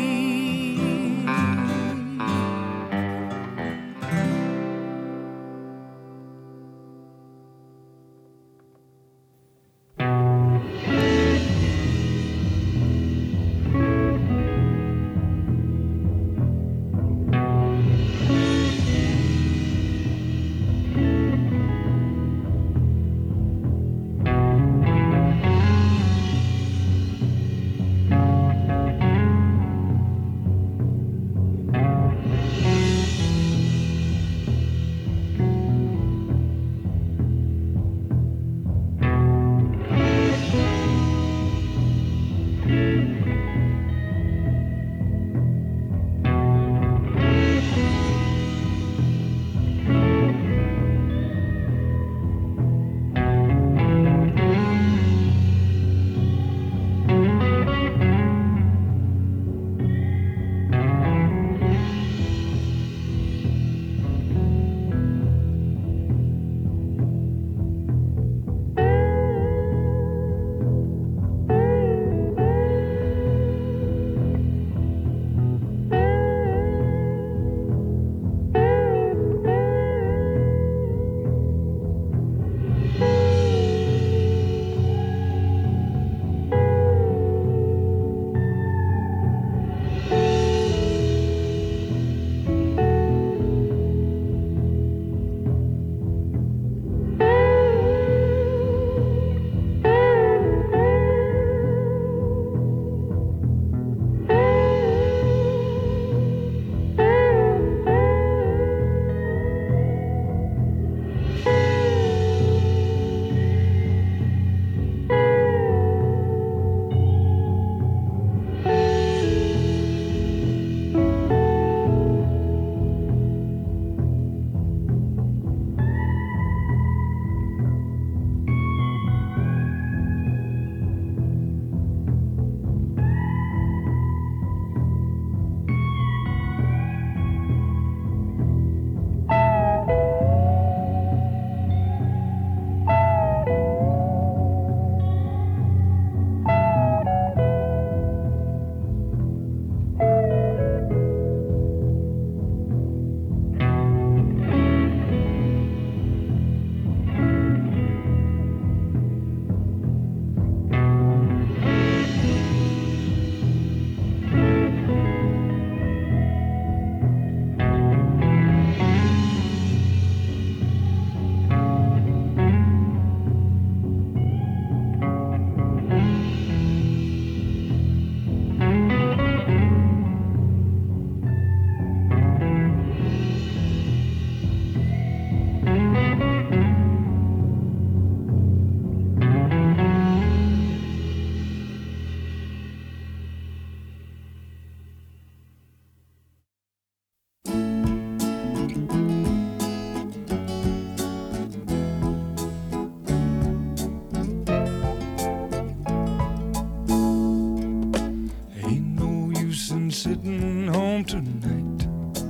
sitting home tonight,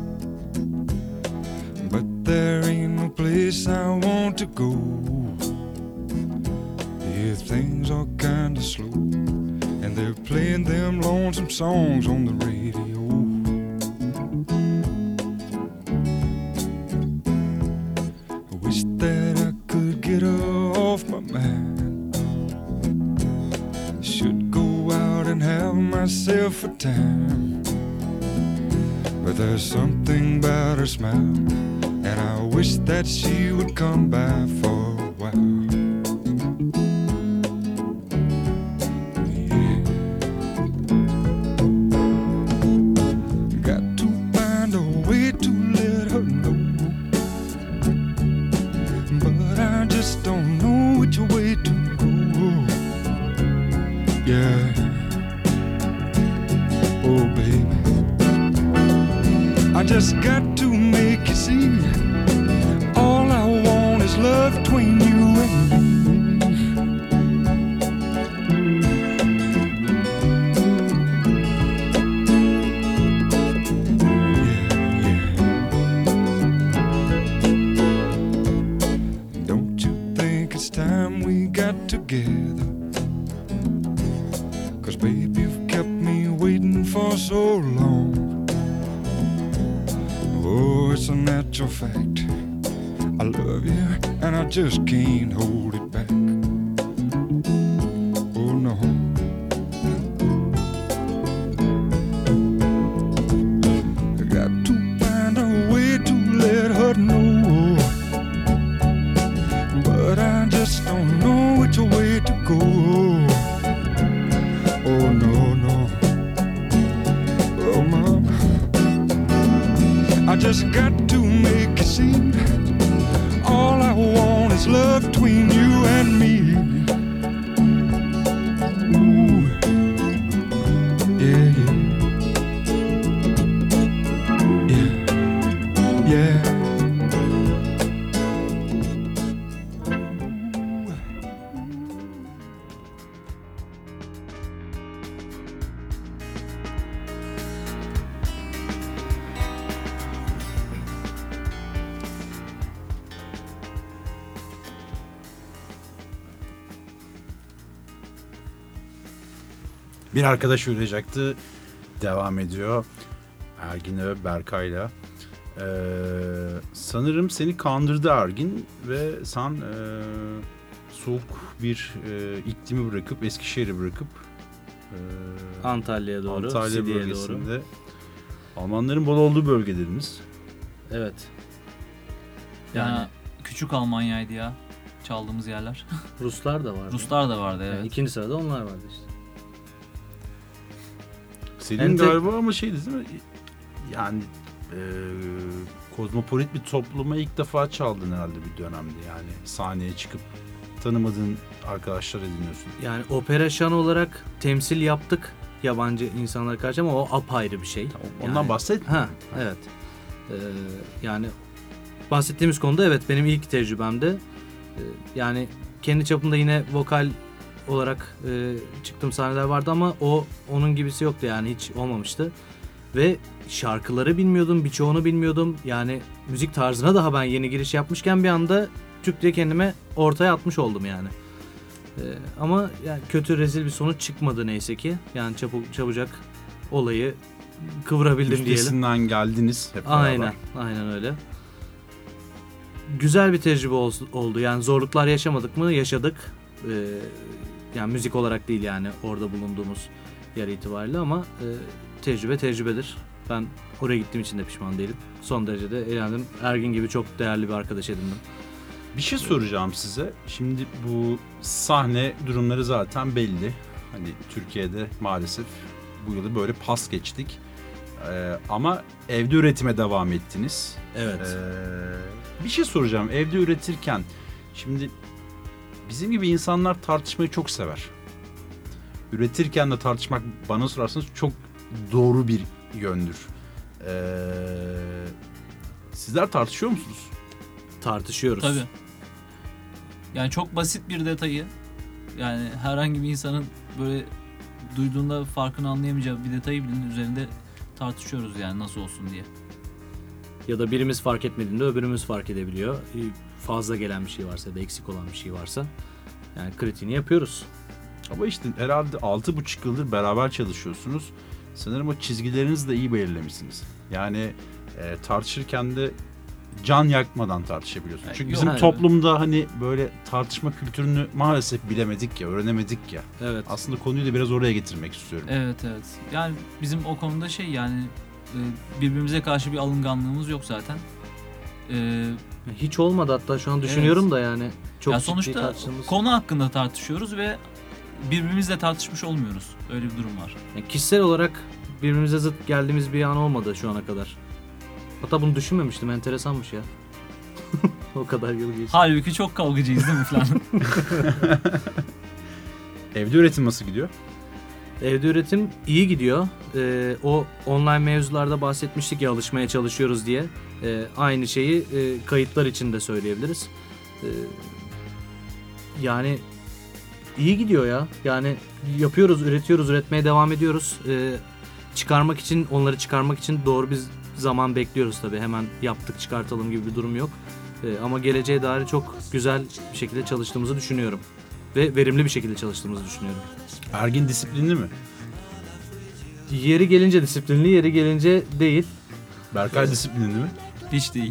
but there ain't no place I want to go. Yeah, things are kinda slow, and they're playing them lonesome songs on the radio. I wish that I could get her off my mind. Should go out and have myself a time, but there's something about her smile, and I wish that she would come by for a while. Yeah. Got to find a way to let her know, but I just don't know which way to go. Yeah. Oh baby, I just got to make you see. All I want is love between you and me. Time we got together, 'cause baby you've kept me waiting for so long. Oh, it's a natural fact, I love you and I just can't hold it back. Oh no. I got to find a way to let her know, but I just don't know which way to go. Oh no, no. Oh mama, I just got to make you see. All I want is love between you and me. Ooh. Yeah, yeah. Yeah, yeah. Bir arkadaş uğrayacaktı. Devam ediyor. Ergin ve Berkay'la. Ee, sanırım seni kandırdı Ergin ve sen e, soğuk bir e, iklimi bırakıp Eskişehir'i bırakıp e, Antalya'ya doğru, Antalya Sidi'ye bölgesinde doğru. Almanların bol olduğu bölgelerimiz. Evet. Yani, Yani küçük Almanya'ydı ya çaldığımız yerler. Ruslar da vardı. Ruslar da vardı evet. Yani ikinci sırada onlar vardı işte. Senin Ente- galiba ama şeydi değil mi? Yani e, kozmopolit bir topluma ilk defa çaldın herhalde bir dönemde. Yani sahneye çıkıp tanımadığın arkadaşlar ediniyorsun. Yani opera şanı olarak temsil yaptık yabancı insanlara karşı ama o apayrı bir şey. Ondan Yani- bahset. Ha, evet. Ee, yani bahsettiğimiz konuda evet benim ilk tecrübemde. Ee, yani kendi çapımda yine vokal olarak e, çıktığım sahneler vardı ama o onun gibisi yoktu yani hiç olmamıştı. Ve şarkıları bilmiyordum, birçoğunu bilmiyordum. Yani müzik tarzına daha ben yeni giriş yapmışken bir anda Türk diye kendime ortaya atmış oldum yani. Ee, ama yani kötü rezil bir sonuç çıkmadı neyse ki. Yani çabuk çabucak olayı kıvırabildim diyelim. Üstesinden geldiniz hep beraber. Aynen, aynen öyle. Güzel bir tecrübe ol- oldu. Yani zorluklar yaşamadık mı? Yaşadık. Ee, yani müzik olarak değil yani orada bulunduğumuz yer itibariyle ama e, tecrübe tecrübedir. Ben oraya gittiğim için de pişman değilim. Son derece de eğlendim. Ergin gibi çok değerli bir arkadaş edindim. Bir şey soracağım size. Şimdi bu sahne durumları zaten belli. Hani Türkiye'de maalesef bu yılı böyle pas geçtik. Ee, ama evde üretime devam ettiniz. Evet. Ee, bir şey soracağım. Evde üretirken şimdi bizim gibi insanlar tartışmayı çok sever. Üretirken de tartışmak bana sorarsanız çok doğru bir yöndür. Ee, sizler tartışıyor musunuz? Tartışıyoruz. Tabii. Yani çok basit bir detayı yani herhangi bir insanın böyle duyduğunda farkını anlayamayacağı bir detayı bile üzerinde tartışıyoruz yani nasıl olsun diye. Ya da birimiz fark etmediğinde öbürümüz fark edebiliyor. Ee, Fazla gelen bir şey varsa ya da eksik olan bir şey varsa yani kritiğini yapıyoruz. Ama işte herhalde altı buçuk yıldır beraber çalışıyorsunuz. Sanırım o çizgilerinizi de iyi belirlemişsiniz. Yani e, tartışırken de can yakmadan tartışabiliyorsunuz. Çünkü Yok, bizim hayır. toplumda hani böyle tartışma kültürünü maalesef bilemedik ya, öğrenemedik ya. Evet. Aslında konuyu da biraz oraya getirmek istiyorum. Evet evet. Yani bizim o konuda şey yani e, birbirimize karşı bir alınganlığımız yok zaten. E, Hiç olmadı hatta şu an düşünüyorum Evet. da yani çok ya ciddi sonuçta tartıştığımız- konu hakkında tartışıyoruz ve birbirimizle tartışmış olmuyoruz. Öyle bir durum var. Yani kişisel olarak birbirimize zıt geldiğimiz bir an olmadı şu ana kadar. Hatta bunu düşünmemiştim. Enteresanmış ya. O kadar yıl geçti. Halbuki çok kavgacıyız değil mi falan. Evde üretim nasıl gidiyor? Evde üretim iyi gidiyor. Ee, o online mevzularda bahsetmiştik ya, alışmaya çalışıyoruz diye. Ee, aynı şeyi e, kayıtlar için de söyleyebiliriz. Ee, yani iyi gidiyor ya. Yani yapıyoruz, üretiyoruz, üretmeye devam ediyoruz. Ee, çıkarmak için, onları çıkarmak için doğru bir zaman bekliyoruz tabii. Hemen yaptık, çıkartalım gibi bir durum yok. Ee, ama geleceğe dair çok güzel bir şekilde çalıştığımızı düşünüyorum. Ve verimli bir şekilde çalıştığımızı düşünüyorum. Ergin disiplinli mi? Yeri gelince disiplinli, yeri gelince değil. Berkay disiplinli mi? Hiç değil.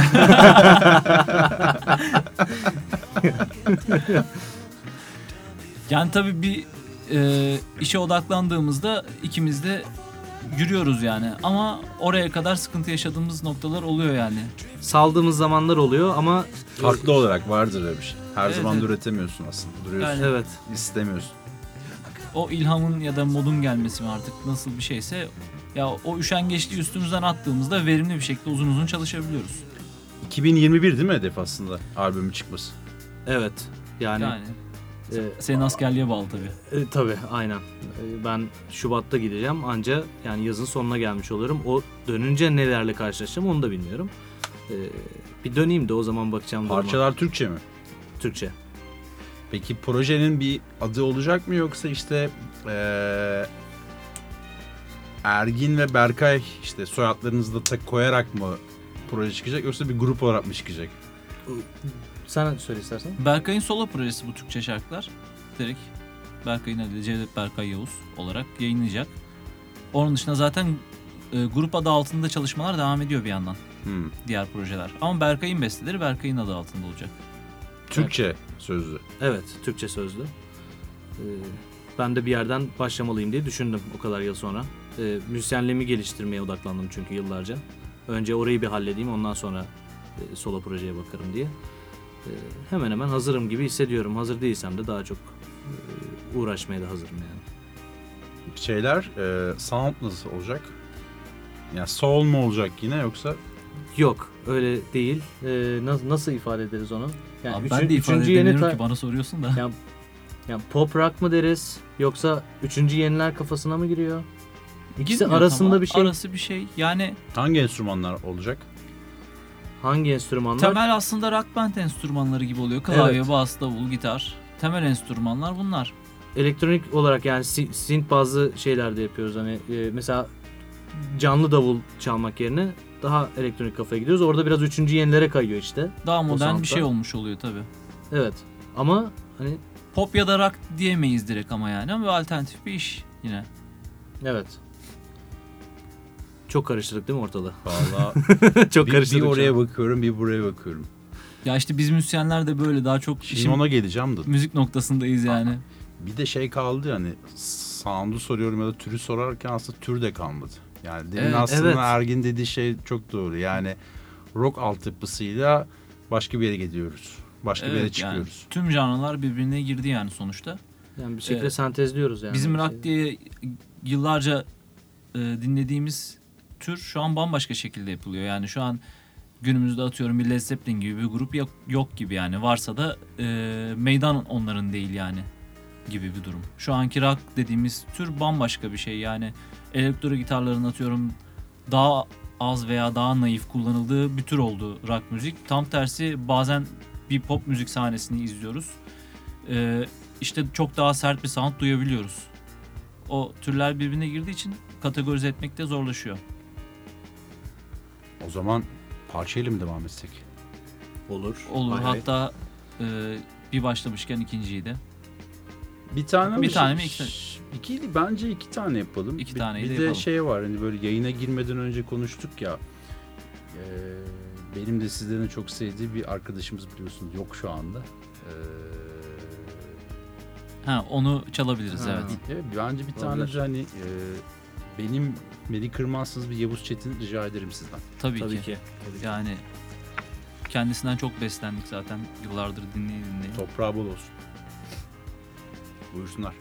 Yani tabii bir e, işe odaklandığımızda ikimiz de yürüyoruz yani. Ama oraya kadar sıkıntı yaşadığımız noktalar oluyor yani. Saldığımız zamanlar oluyor ama Farklı olarak vardır öyle bir şey. Her Evet, zaman da evet. üretemiyorsun aslında. Duruyorsun. Yani- evet. İstemiyorsun. O ilhamın ya da modun gelmesi mi artık nasıl bir şeyse, ya o üşengeçliği üstümüzden attığımızda verimli bir şekilde uzun uzun çalışabiliyoruz. iki bin yirmi bir değil mi hedef aslında albümün çıkması? Evet. Yani, Yani e, senin askerliğe bağlı tabii. e, tabii aynen. E, ben Şubat'ta gideceğim, anca yani yazın sonuna gelmiş oluyorum. O dönünce nelerle karşılaşacağım onu da bilmiyorum. E, bir döneyim de o zaman bakacağım duruma. Parçalar Türkçe mi? Türkçe. Peki projenin bir adı olacak mı, yoksa işte eee, Ergin ve Berkay işte soyadlarınızı da tak koyarak mı proje çıkacak, yoksa bir grup olarak mı çıkacak? Sen söyle istersen. Berkay'ın solo projesi bu Türkçe şarkılar. Direkt Berkay'ın adıyla Cevdet Berkay Yavuz olarak yayınlayacak. Onun dışında zaten e, grup adı altında çalışmalar devam ediyor bir yandan. Hmm. Diğer projeler. Ama Berkay'ın besteleri Berkay'ın adı altında olacak. Türkçe sözlü. Evet, Türkçe sözlü. Ee, ben de bir yerden başlamalıyım diye düşündüm o kadar yıl sonra. Ee, müzisyenliğimi geliştirmeye odaklandım çünkü yıllarca. Önce orayı bir halledeyim, ondan sonra e, solo projeye bakarım diye. Ee, hemen hemen hazırım gibi hissediyorum. Hazır değilsem de daha çok e, uğraşmaya da hazırım yani. Şeyler eee sound nasıl olacak? Yani soul mu olacak yine, yoksa Yok, öyle değil. Ee, nasıl, nasıl ifade ederiz onu? Yani Abi üçün- ben de ifade üçüncü yeni edemiyorum ta- ki, bana soruyorsun da. Yani, yani pop rock mı deriz, yoksa üçüncü yeniler kafasına mı giriyor? İkisi Girmiyor arasında tam, bir şey. Arası bir şey. Yani hangi enstrümanlar olacak? Hangi enstrümanlar? temel aslında rock band enstrümanları gibi oluyor. Klavye, Evet. bas, davul, gitar. Temel enstrümanlar bunlar. Elektronik olarak yani si- synth bazı şeyler de yapıyoruz. Hani e, mesela canlı davul çalmak yerine daha elektronik kafaya gidiyoruz. Orada biraz üçüncü yenilere kayıyor işte. Daha modern soundda. bir şey olmuş oluyor tabii. Evet. Ama hani Pop ya da rock diyemeyiz direkt ama yani. Ama bir alternatif bir iş yine. evet. Çok karıştırdık değil mi ortalığı? Vallahi Çok bir, bir karıştırdık. şu oraya an. bakıyorum, bir buraya bakıyorum. Ya işte biz müzisyenler de böyle daha çok Şimdi işin ona geleceğim de. müzik noktasındayız yani. Bir de şey kaldı yani, sound'u soruyorum ya da türü sorarken aslında tür de kalmadı. Yani demin Evet, aslında evet. Ergin dediği şey çok doğru. Yani rock altyapısıyla başka bir yere gidiyoruz. Başka bir yere Evet yani çıkıyoruz. tüm janrlar birbirine girdi yani sonuçta. Yani bir şekilde Ee, sentezliyoruz yani. Bizim Bir rock şey. diye yıllarca e, dinlediğimiz tür şu an bambaşka şekilde yapılıyor. Yani şu an günümüzde atıyorum bir Led Zeppelin gibi bir grup yok, yok gibi yani. Varsa da e, meydan onların değil yani gibi bir durum. Şu anki rock dediğimiz tür bambaşka bir şey. Yani elektro gitarların atıyorum daha az veya daha naif kullanıldığı bir tür oldu rock müzik. Tam tersi bazen bir pop müzik sahnesini izliyoruz. E, işte çok daha sert bir sound duyabiliyoruz. O türler birbirine girdiği için kategorize etmek de zorlaşıyor. O zaman parçayla mı devam etsek? Olur. Olur. Hay hay. Hatta e, bir başlamışken ikinciyi de. Bir tane Bir mi? tane mi, iki tane? İki, bence iki tane yapalım. İki Bir- taneyi bir de de yapalım. şey var, hani böyle yayına girmeden önce konuştuk ya. e, benim de sizlerin çok sevdiği bir arkadaşımız, biliyorsunuz, yok şu anda. E, Ha, onu çalabiliriz Ha. evet. evet, bence bir tane Olabilir. de hani e, benim beni kırmazsınız bir Yavuz Çetin rica ederim sizden. Tabii, Tabii ki. ki. Tabii ki. Yani kendisinden çok beslendik zaten yıllardır dinleye dinleye. Toprağı bol olsun. Buyursunlar.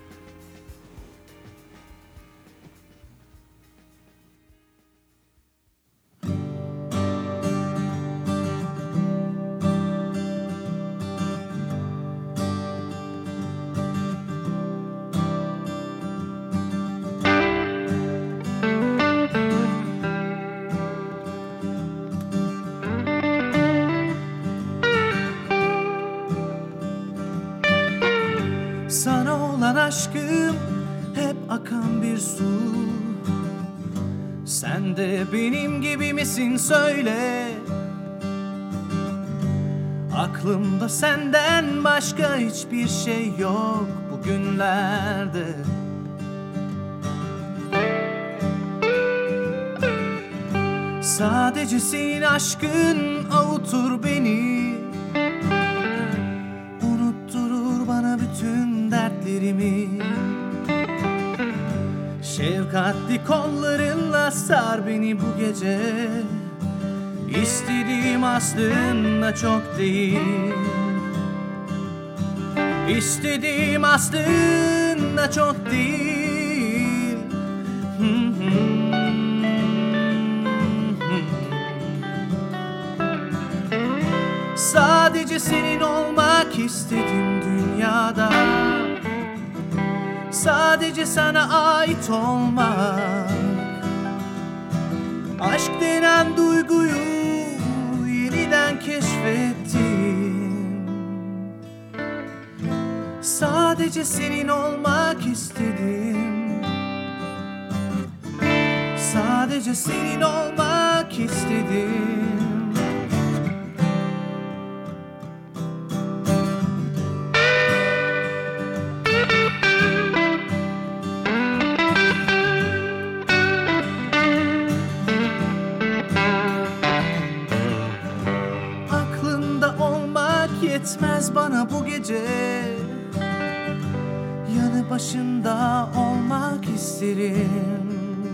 aşkım hep akan bir su. Sen de benim gibi misin söyle. Aklımda senden başka hiçbir şey yok bugünlerde. Sadece senin aşkın avutur beni, unutturur bana bütün dertlerimi. Şefkatli kollarınla sar beni bu gece. İstediğim aslında çok değil. İstediğim aslında çok değil. Sadece senin olmak istedim dünyada. Sadece sana ait olmak. Aşk denen duyguyu yeniden keşfettim. Sadece senin olmak istedim. Sadece senin olmak istedim. Yetmez bana bu gece. Yanı başında olmak isterim.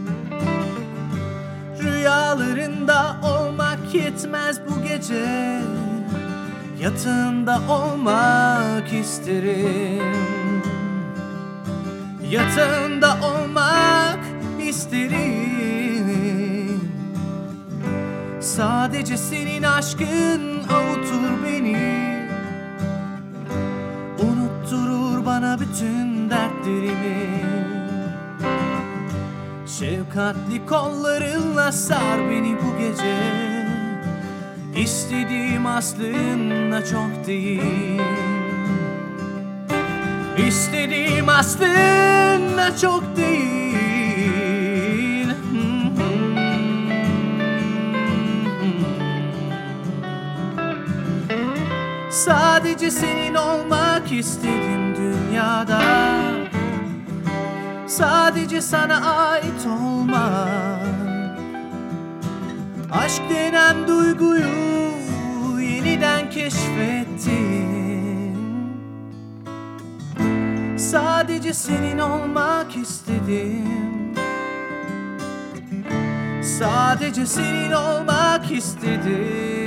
Rüyalarında olmak yetmez bu gece. Yatağında olmak isterim. Yatağında olmak isterim. Sadece senin aşkın avutur beni. Unutturur bana bütün dertlerimi. Şefkatli kollarınla sar beni bu gece. İstediğim aslında çok değil. İstediğim aslında çok değil. Sadece senin olmak istedim dünyada. Sadece sana ait olmak. Aşk denen duyguyu yeniden keşfettim. Sadece senin olmak istedim. Sadece senin olmak istedim.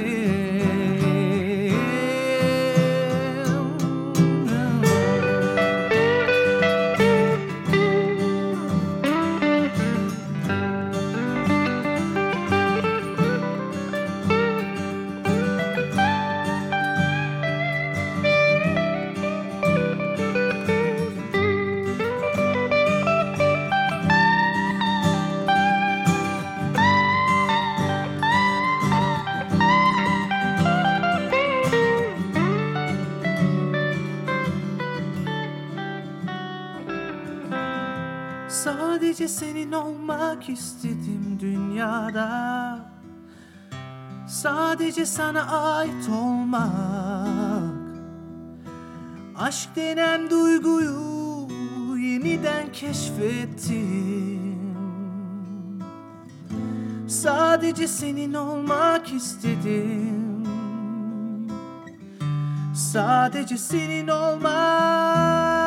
Sadece senin olmak istedim dünyada. Sadece sana ait olmak. Aşk denen duyguyu yeniden keşfettim. Sadece senin olmak istedim. Sadece senin olmak.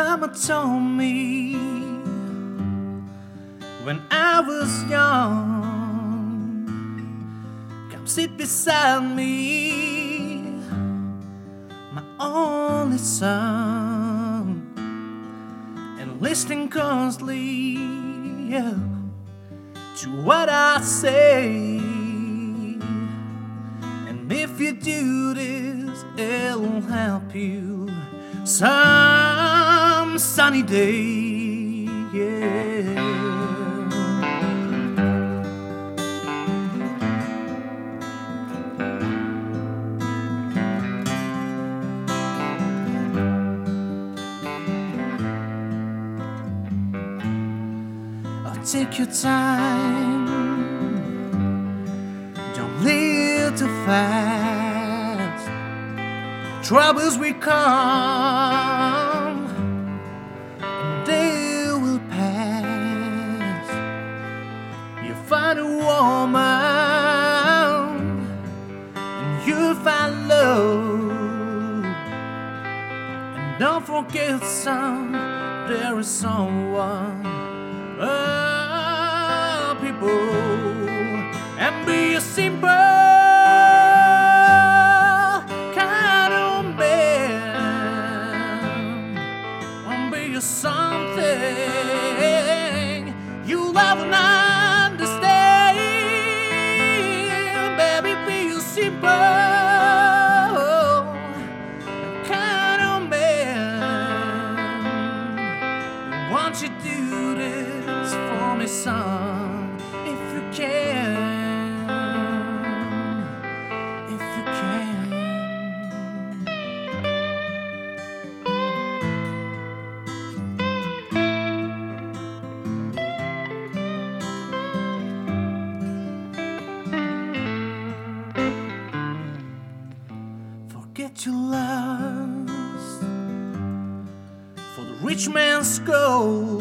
mama told me when I was young, come sit beside me, my only son, and listen closely, yeah, to what I say. And if you do this, it'll help you some sunny day, yeah. Take your time, don't live too fast. Troubles will come and they will pass. You find a woman and you'll find love. And don't forget, son, there is someone. Oh, people, and be a simple kind of man, and be a something you love and understand. Baby, be a simple kind of man. Won't you do this for me, son, if you can, if you can. Forget your lust for the rich man's gold.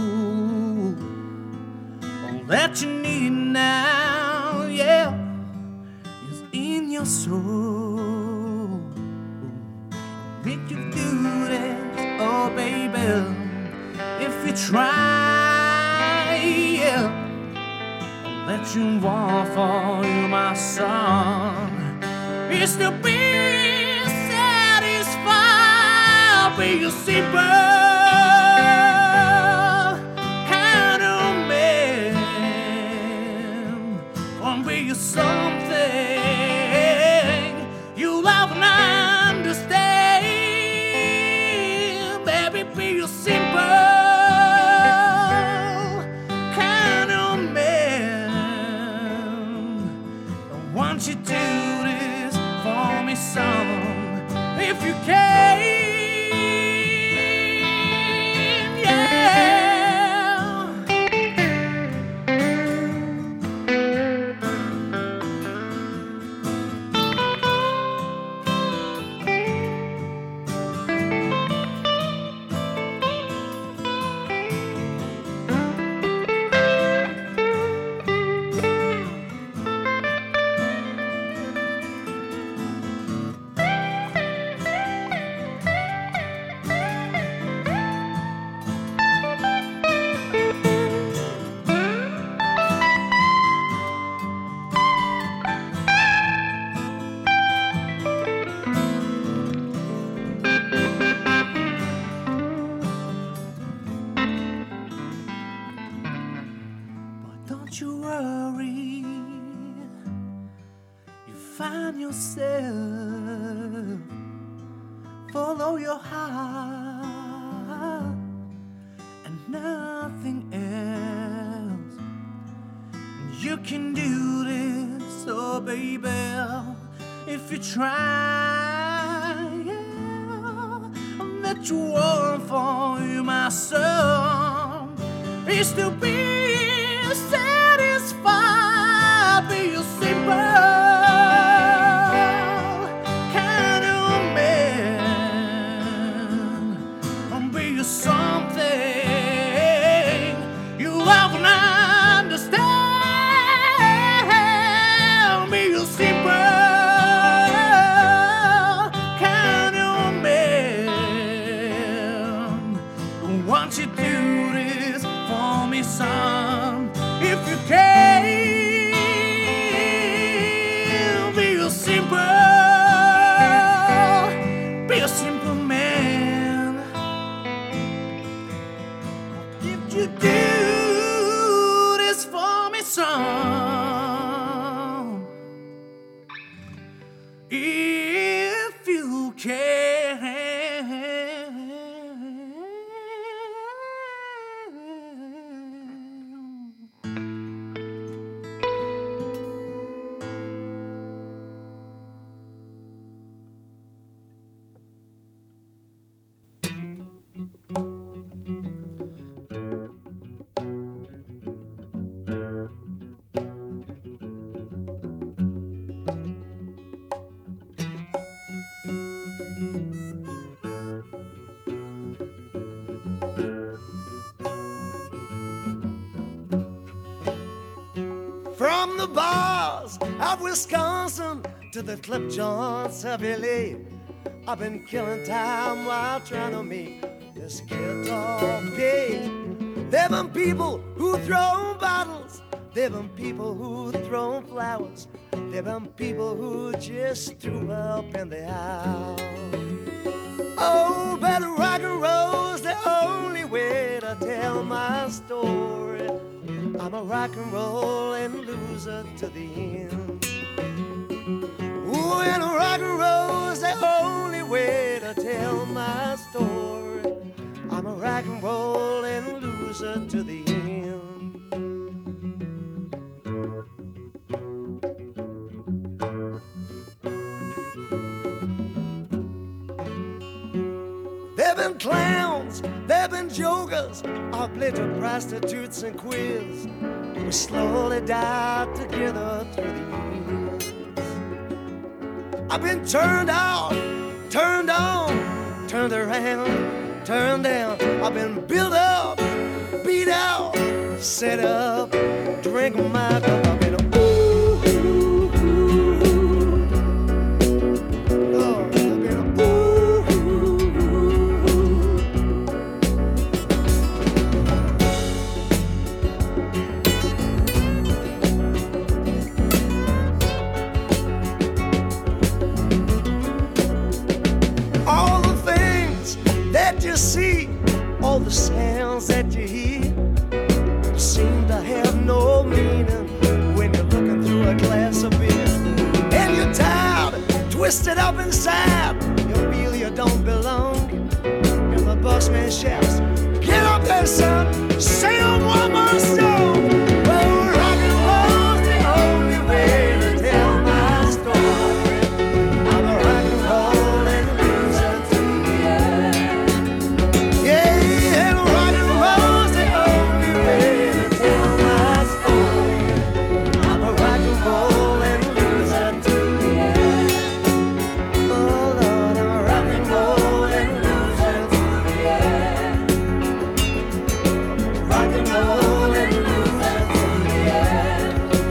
That you need now, yeah, is in your soul. If you do this, oh baby, if you try, yeah, I'll let you walk for you, my son, is to be satisfied, be a simple. Be something you love and understand. Baby, be a simple kind of man. Won't you do this for me, son, if you can? Don't you worry, you find yourself, follow your heart and nothing else. You can do this, oh baby, if you try, yeah. That you want for you, my son, is to be satisfied, be a simple kind of man, be a something you love and understand, be a simple kind of man. son. If you can, be a simple, be a simple man. If you do this for me, son, if you can. From the bars of Wisconsin to the club joints of L A, I've been killing time while trying to make this guitar pay. There've been people who throw bottles, there've been people who throw flowers, there've been people who just threw up in the house. Oh, but rock and roll's the only way to tell my story. I'm a rock and rollin' loser to the end. Ooh, and rock and roll's the only way to tell my story. I'm a rock and rollin' loser to the end. There've been clowns, there've been jokers, I've played to prostitutes and queers. We slowly died together through the years. I've been turned out, turned on, turned around, turned down. I've been built up, beat out, set up, drink my cup. I've been a ooh, ooh, ooh, ooh. Lord, I've been a ooh, ooh, ooh, ooh. All the things that you see, all the sounds that you hear, seem to have no meaning when you're looking through a glass of beer. And you're tired, twisted up inside, you feel you don't belong. And the busman shouts, get up there, son, say one more song. Well, rock and roll's the only way to tell my story. I'm a rock and rollin' loser to the end. Yeah, and rock and roll's the only way to tell my story. I'm a rock and rollin' loser to the end. Oh Lord, I'm a rock and rollin' loser to the end. Rock and rollin' loser to the end.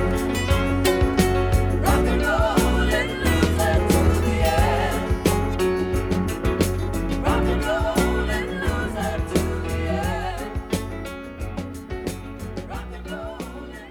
Rock and rollin' loser to the end. Rock and rollin' loser to the end. Rock and rollin' loser.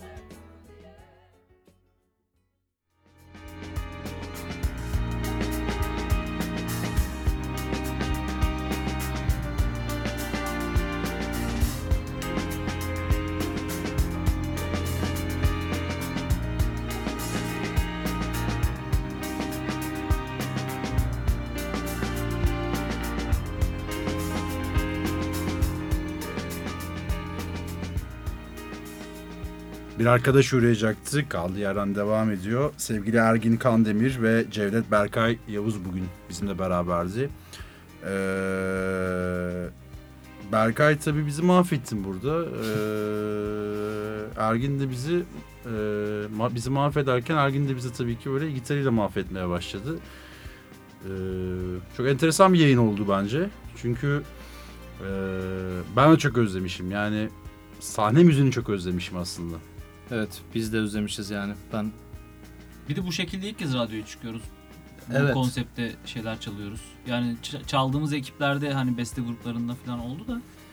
Bir arkadaş uğrayacaktı. Kaldığı yerden devam ediyor. Sevgili Ergin Kandemir ve Cevdet Berkay Yavuz bugün bizimle beraberdi. Ee, Berkay tabii bizi mahvettin burada. Ee, Ergin de bizi e, ma- bizi mahvederken Ergin de bizi tabii ki böyle gitarıyla mahvetmeye başladı. Ee, çok enteresan bir yayın oldu bence. Çünkü e, ben de çok özlemişim. Yani sahne müziğini çok özlemişim aslında. Evet, biz de özlemişiz yani. Ben Bir de bu şekilde ilk kez radyoya çıkıyoruz. Bu Evet. konsepte şeyler çalıyoruz. Yani ç- çaldığımız ekiplerde hani beste gruplarında falan oldu da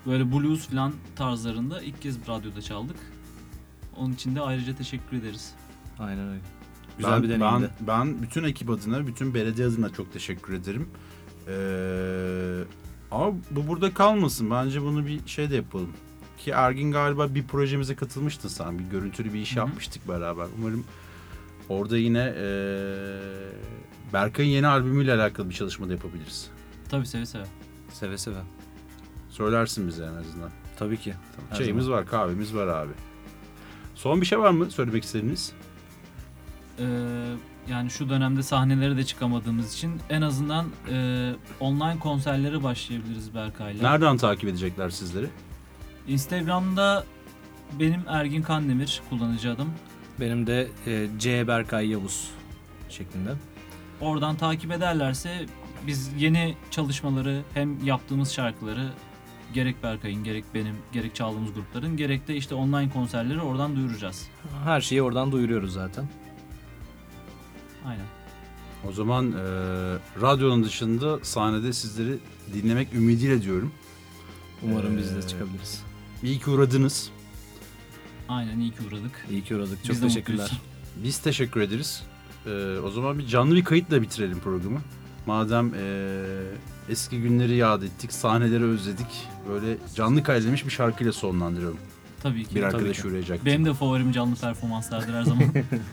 Böyle blues falan tarzlarında ilk kez radyoda çaldık. Onun için de ayrıca teşekkür ederiz. Aynen öyle. Güzel ben, bir deneyimdi. Ben, ben bütün ekip adına, bütün belediye adına çok teşekkür ederim. Ee, ama bu burada kalmasın. Bence bunu bir şey de yapalım. Ki Ergin galiba bir projemize katılmıştın sen. Bir görüntülü bir iş Hı-hı. yapmıştık beraber. Umarım orada yine ee, Berkay'ın yeni albümüyle alakalı bir çalışma da yapabiliriz. Tabii seve seve. Seve seve. Söylersin bize en azından. Tabii ki. Tamam. Her Çayımız zaman. var, kahvemiz var abi. Son bir şey var mı söylemek istediğiniz? Ee, yani şu dönemde sahnelere de çıkamadığımız için en azından e, online konserlere başlayabiliriz Berkay'la. Nereden takip edecekler sizleri? Instagram'da benim Ergin Kandemir kullanıcı adım. Benim de e, C Berkay Yavuz şeklinde. Oradan takip ederlerse biz yeni çalışmaları, hem yaptığımız şarkıları gerek Berkay'ın, gerek benim, gerek çaldığımız grupların, gerek de işte online konserleri oradan duyuracağız. Her şeyi oradan duyuruyoruz zaten. Aynen. O zaman e, radyonun dışında sahnede sizleri dinlemek ümidiyle diyorum. Umarım Ee, biz de çıkabiliriz. İyi ki uğradınız. Aynen, iyi ki uğradık. İyi ki uğradık. Çok Biz de teşekkürler. mutluyuz. Biz teşekkür ederiz. E, o zaman bir canlı bir kayıtla bitirelim programı. Madem e, eski günleri yad ettik, sahneleri özledik. Böyle canlı kaydedilmiş bir şarkıyla sonlandıralım. Tabii ki. Bir Tabii arkadaş ki. uğrayacak. Benim de favorim canlı performanslardır her zaman.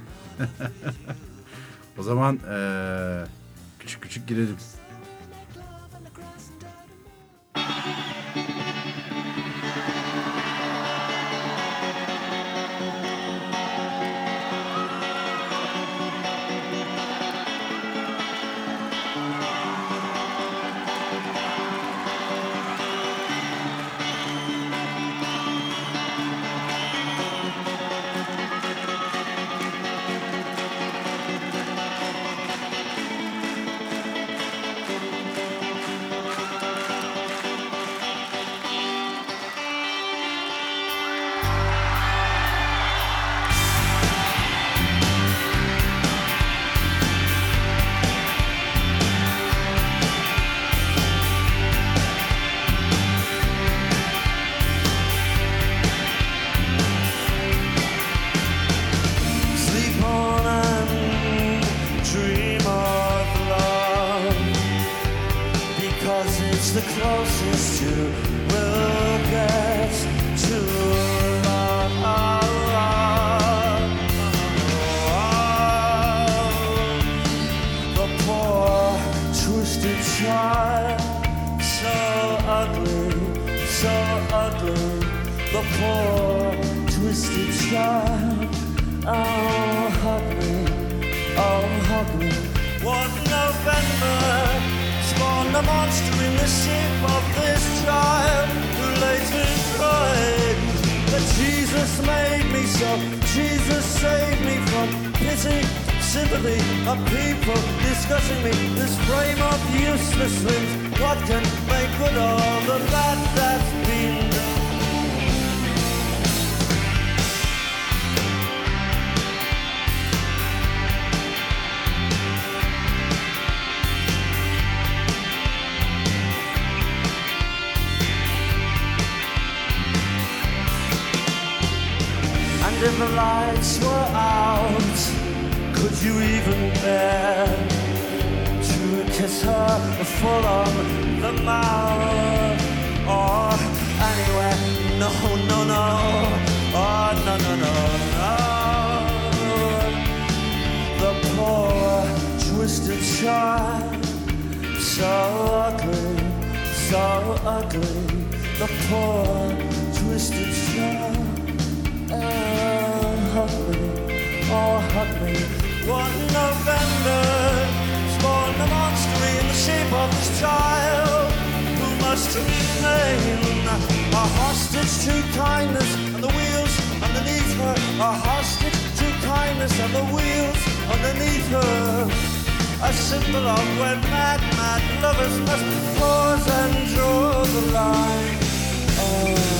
O zaman e, küçük küçük girelim. Sleep on and dream of love, because it's the closest you will get to love. The poor twisted child, so ugly, so ugly. The poor twisted child. Oh, hug me, oh, hug me. One November spawned a monster in the shape of this child, who later cried that Jesus made me so. Jesus saved me from pity, sympathy of people discussing me. This frame of useless limbs, what can make good all the bad that's been done? And if the lights were out, could you even bear to kiss her full on the mouth? Or anywhere? No, no, no. Oh, no, no, no, no. The poor twisted child, so ugly, so ugly. The poor twisted child. Oh, hug me, oh, hug me. One November spawned a monster in the shape of this child, who must remain a hostage to kindness and the wheels underneath her. A hostage to kindness and the wheels underneath her. A symbol of when mad, mad lovers must pause and draw the line. Oh.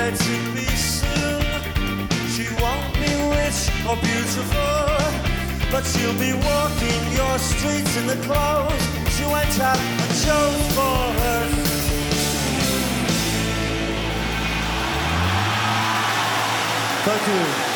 let it be soon. She won't be rich or beautiful, but she'll be walking your streets in the clothes she went out and chose for her. Thank you.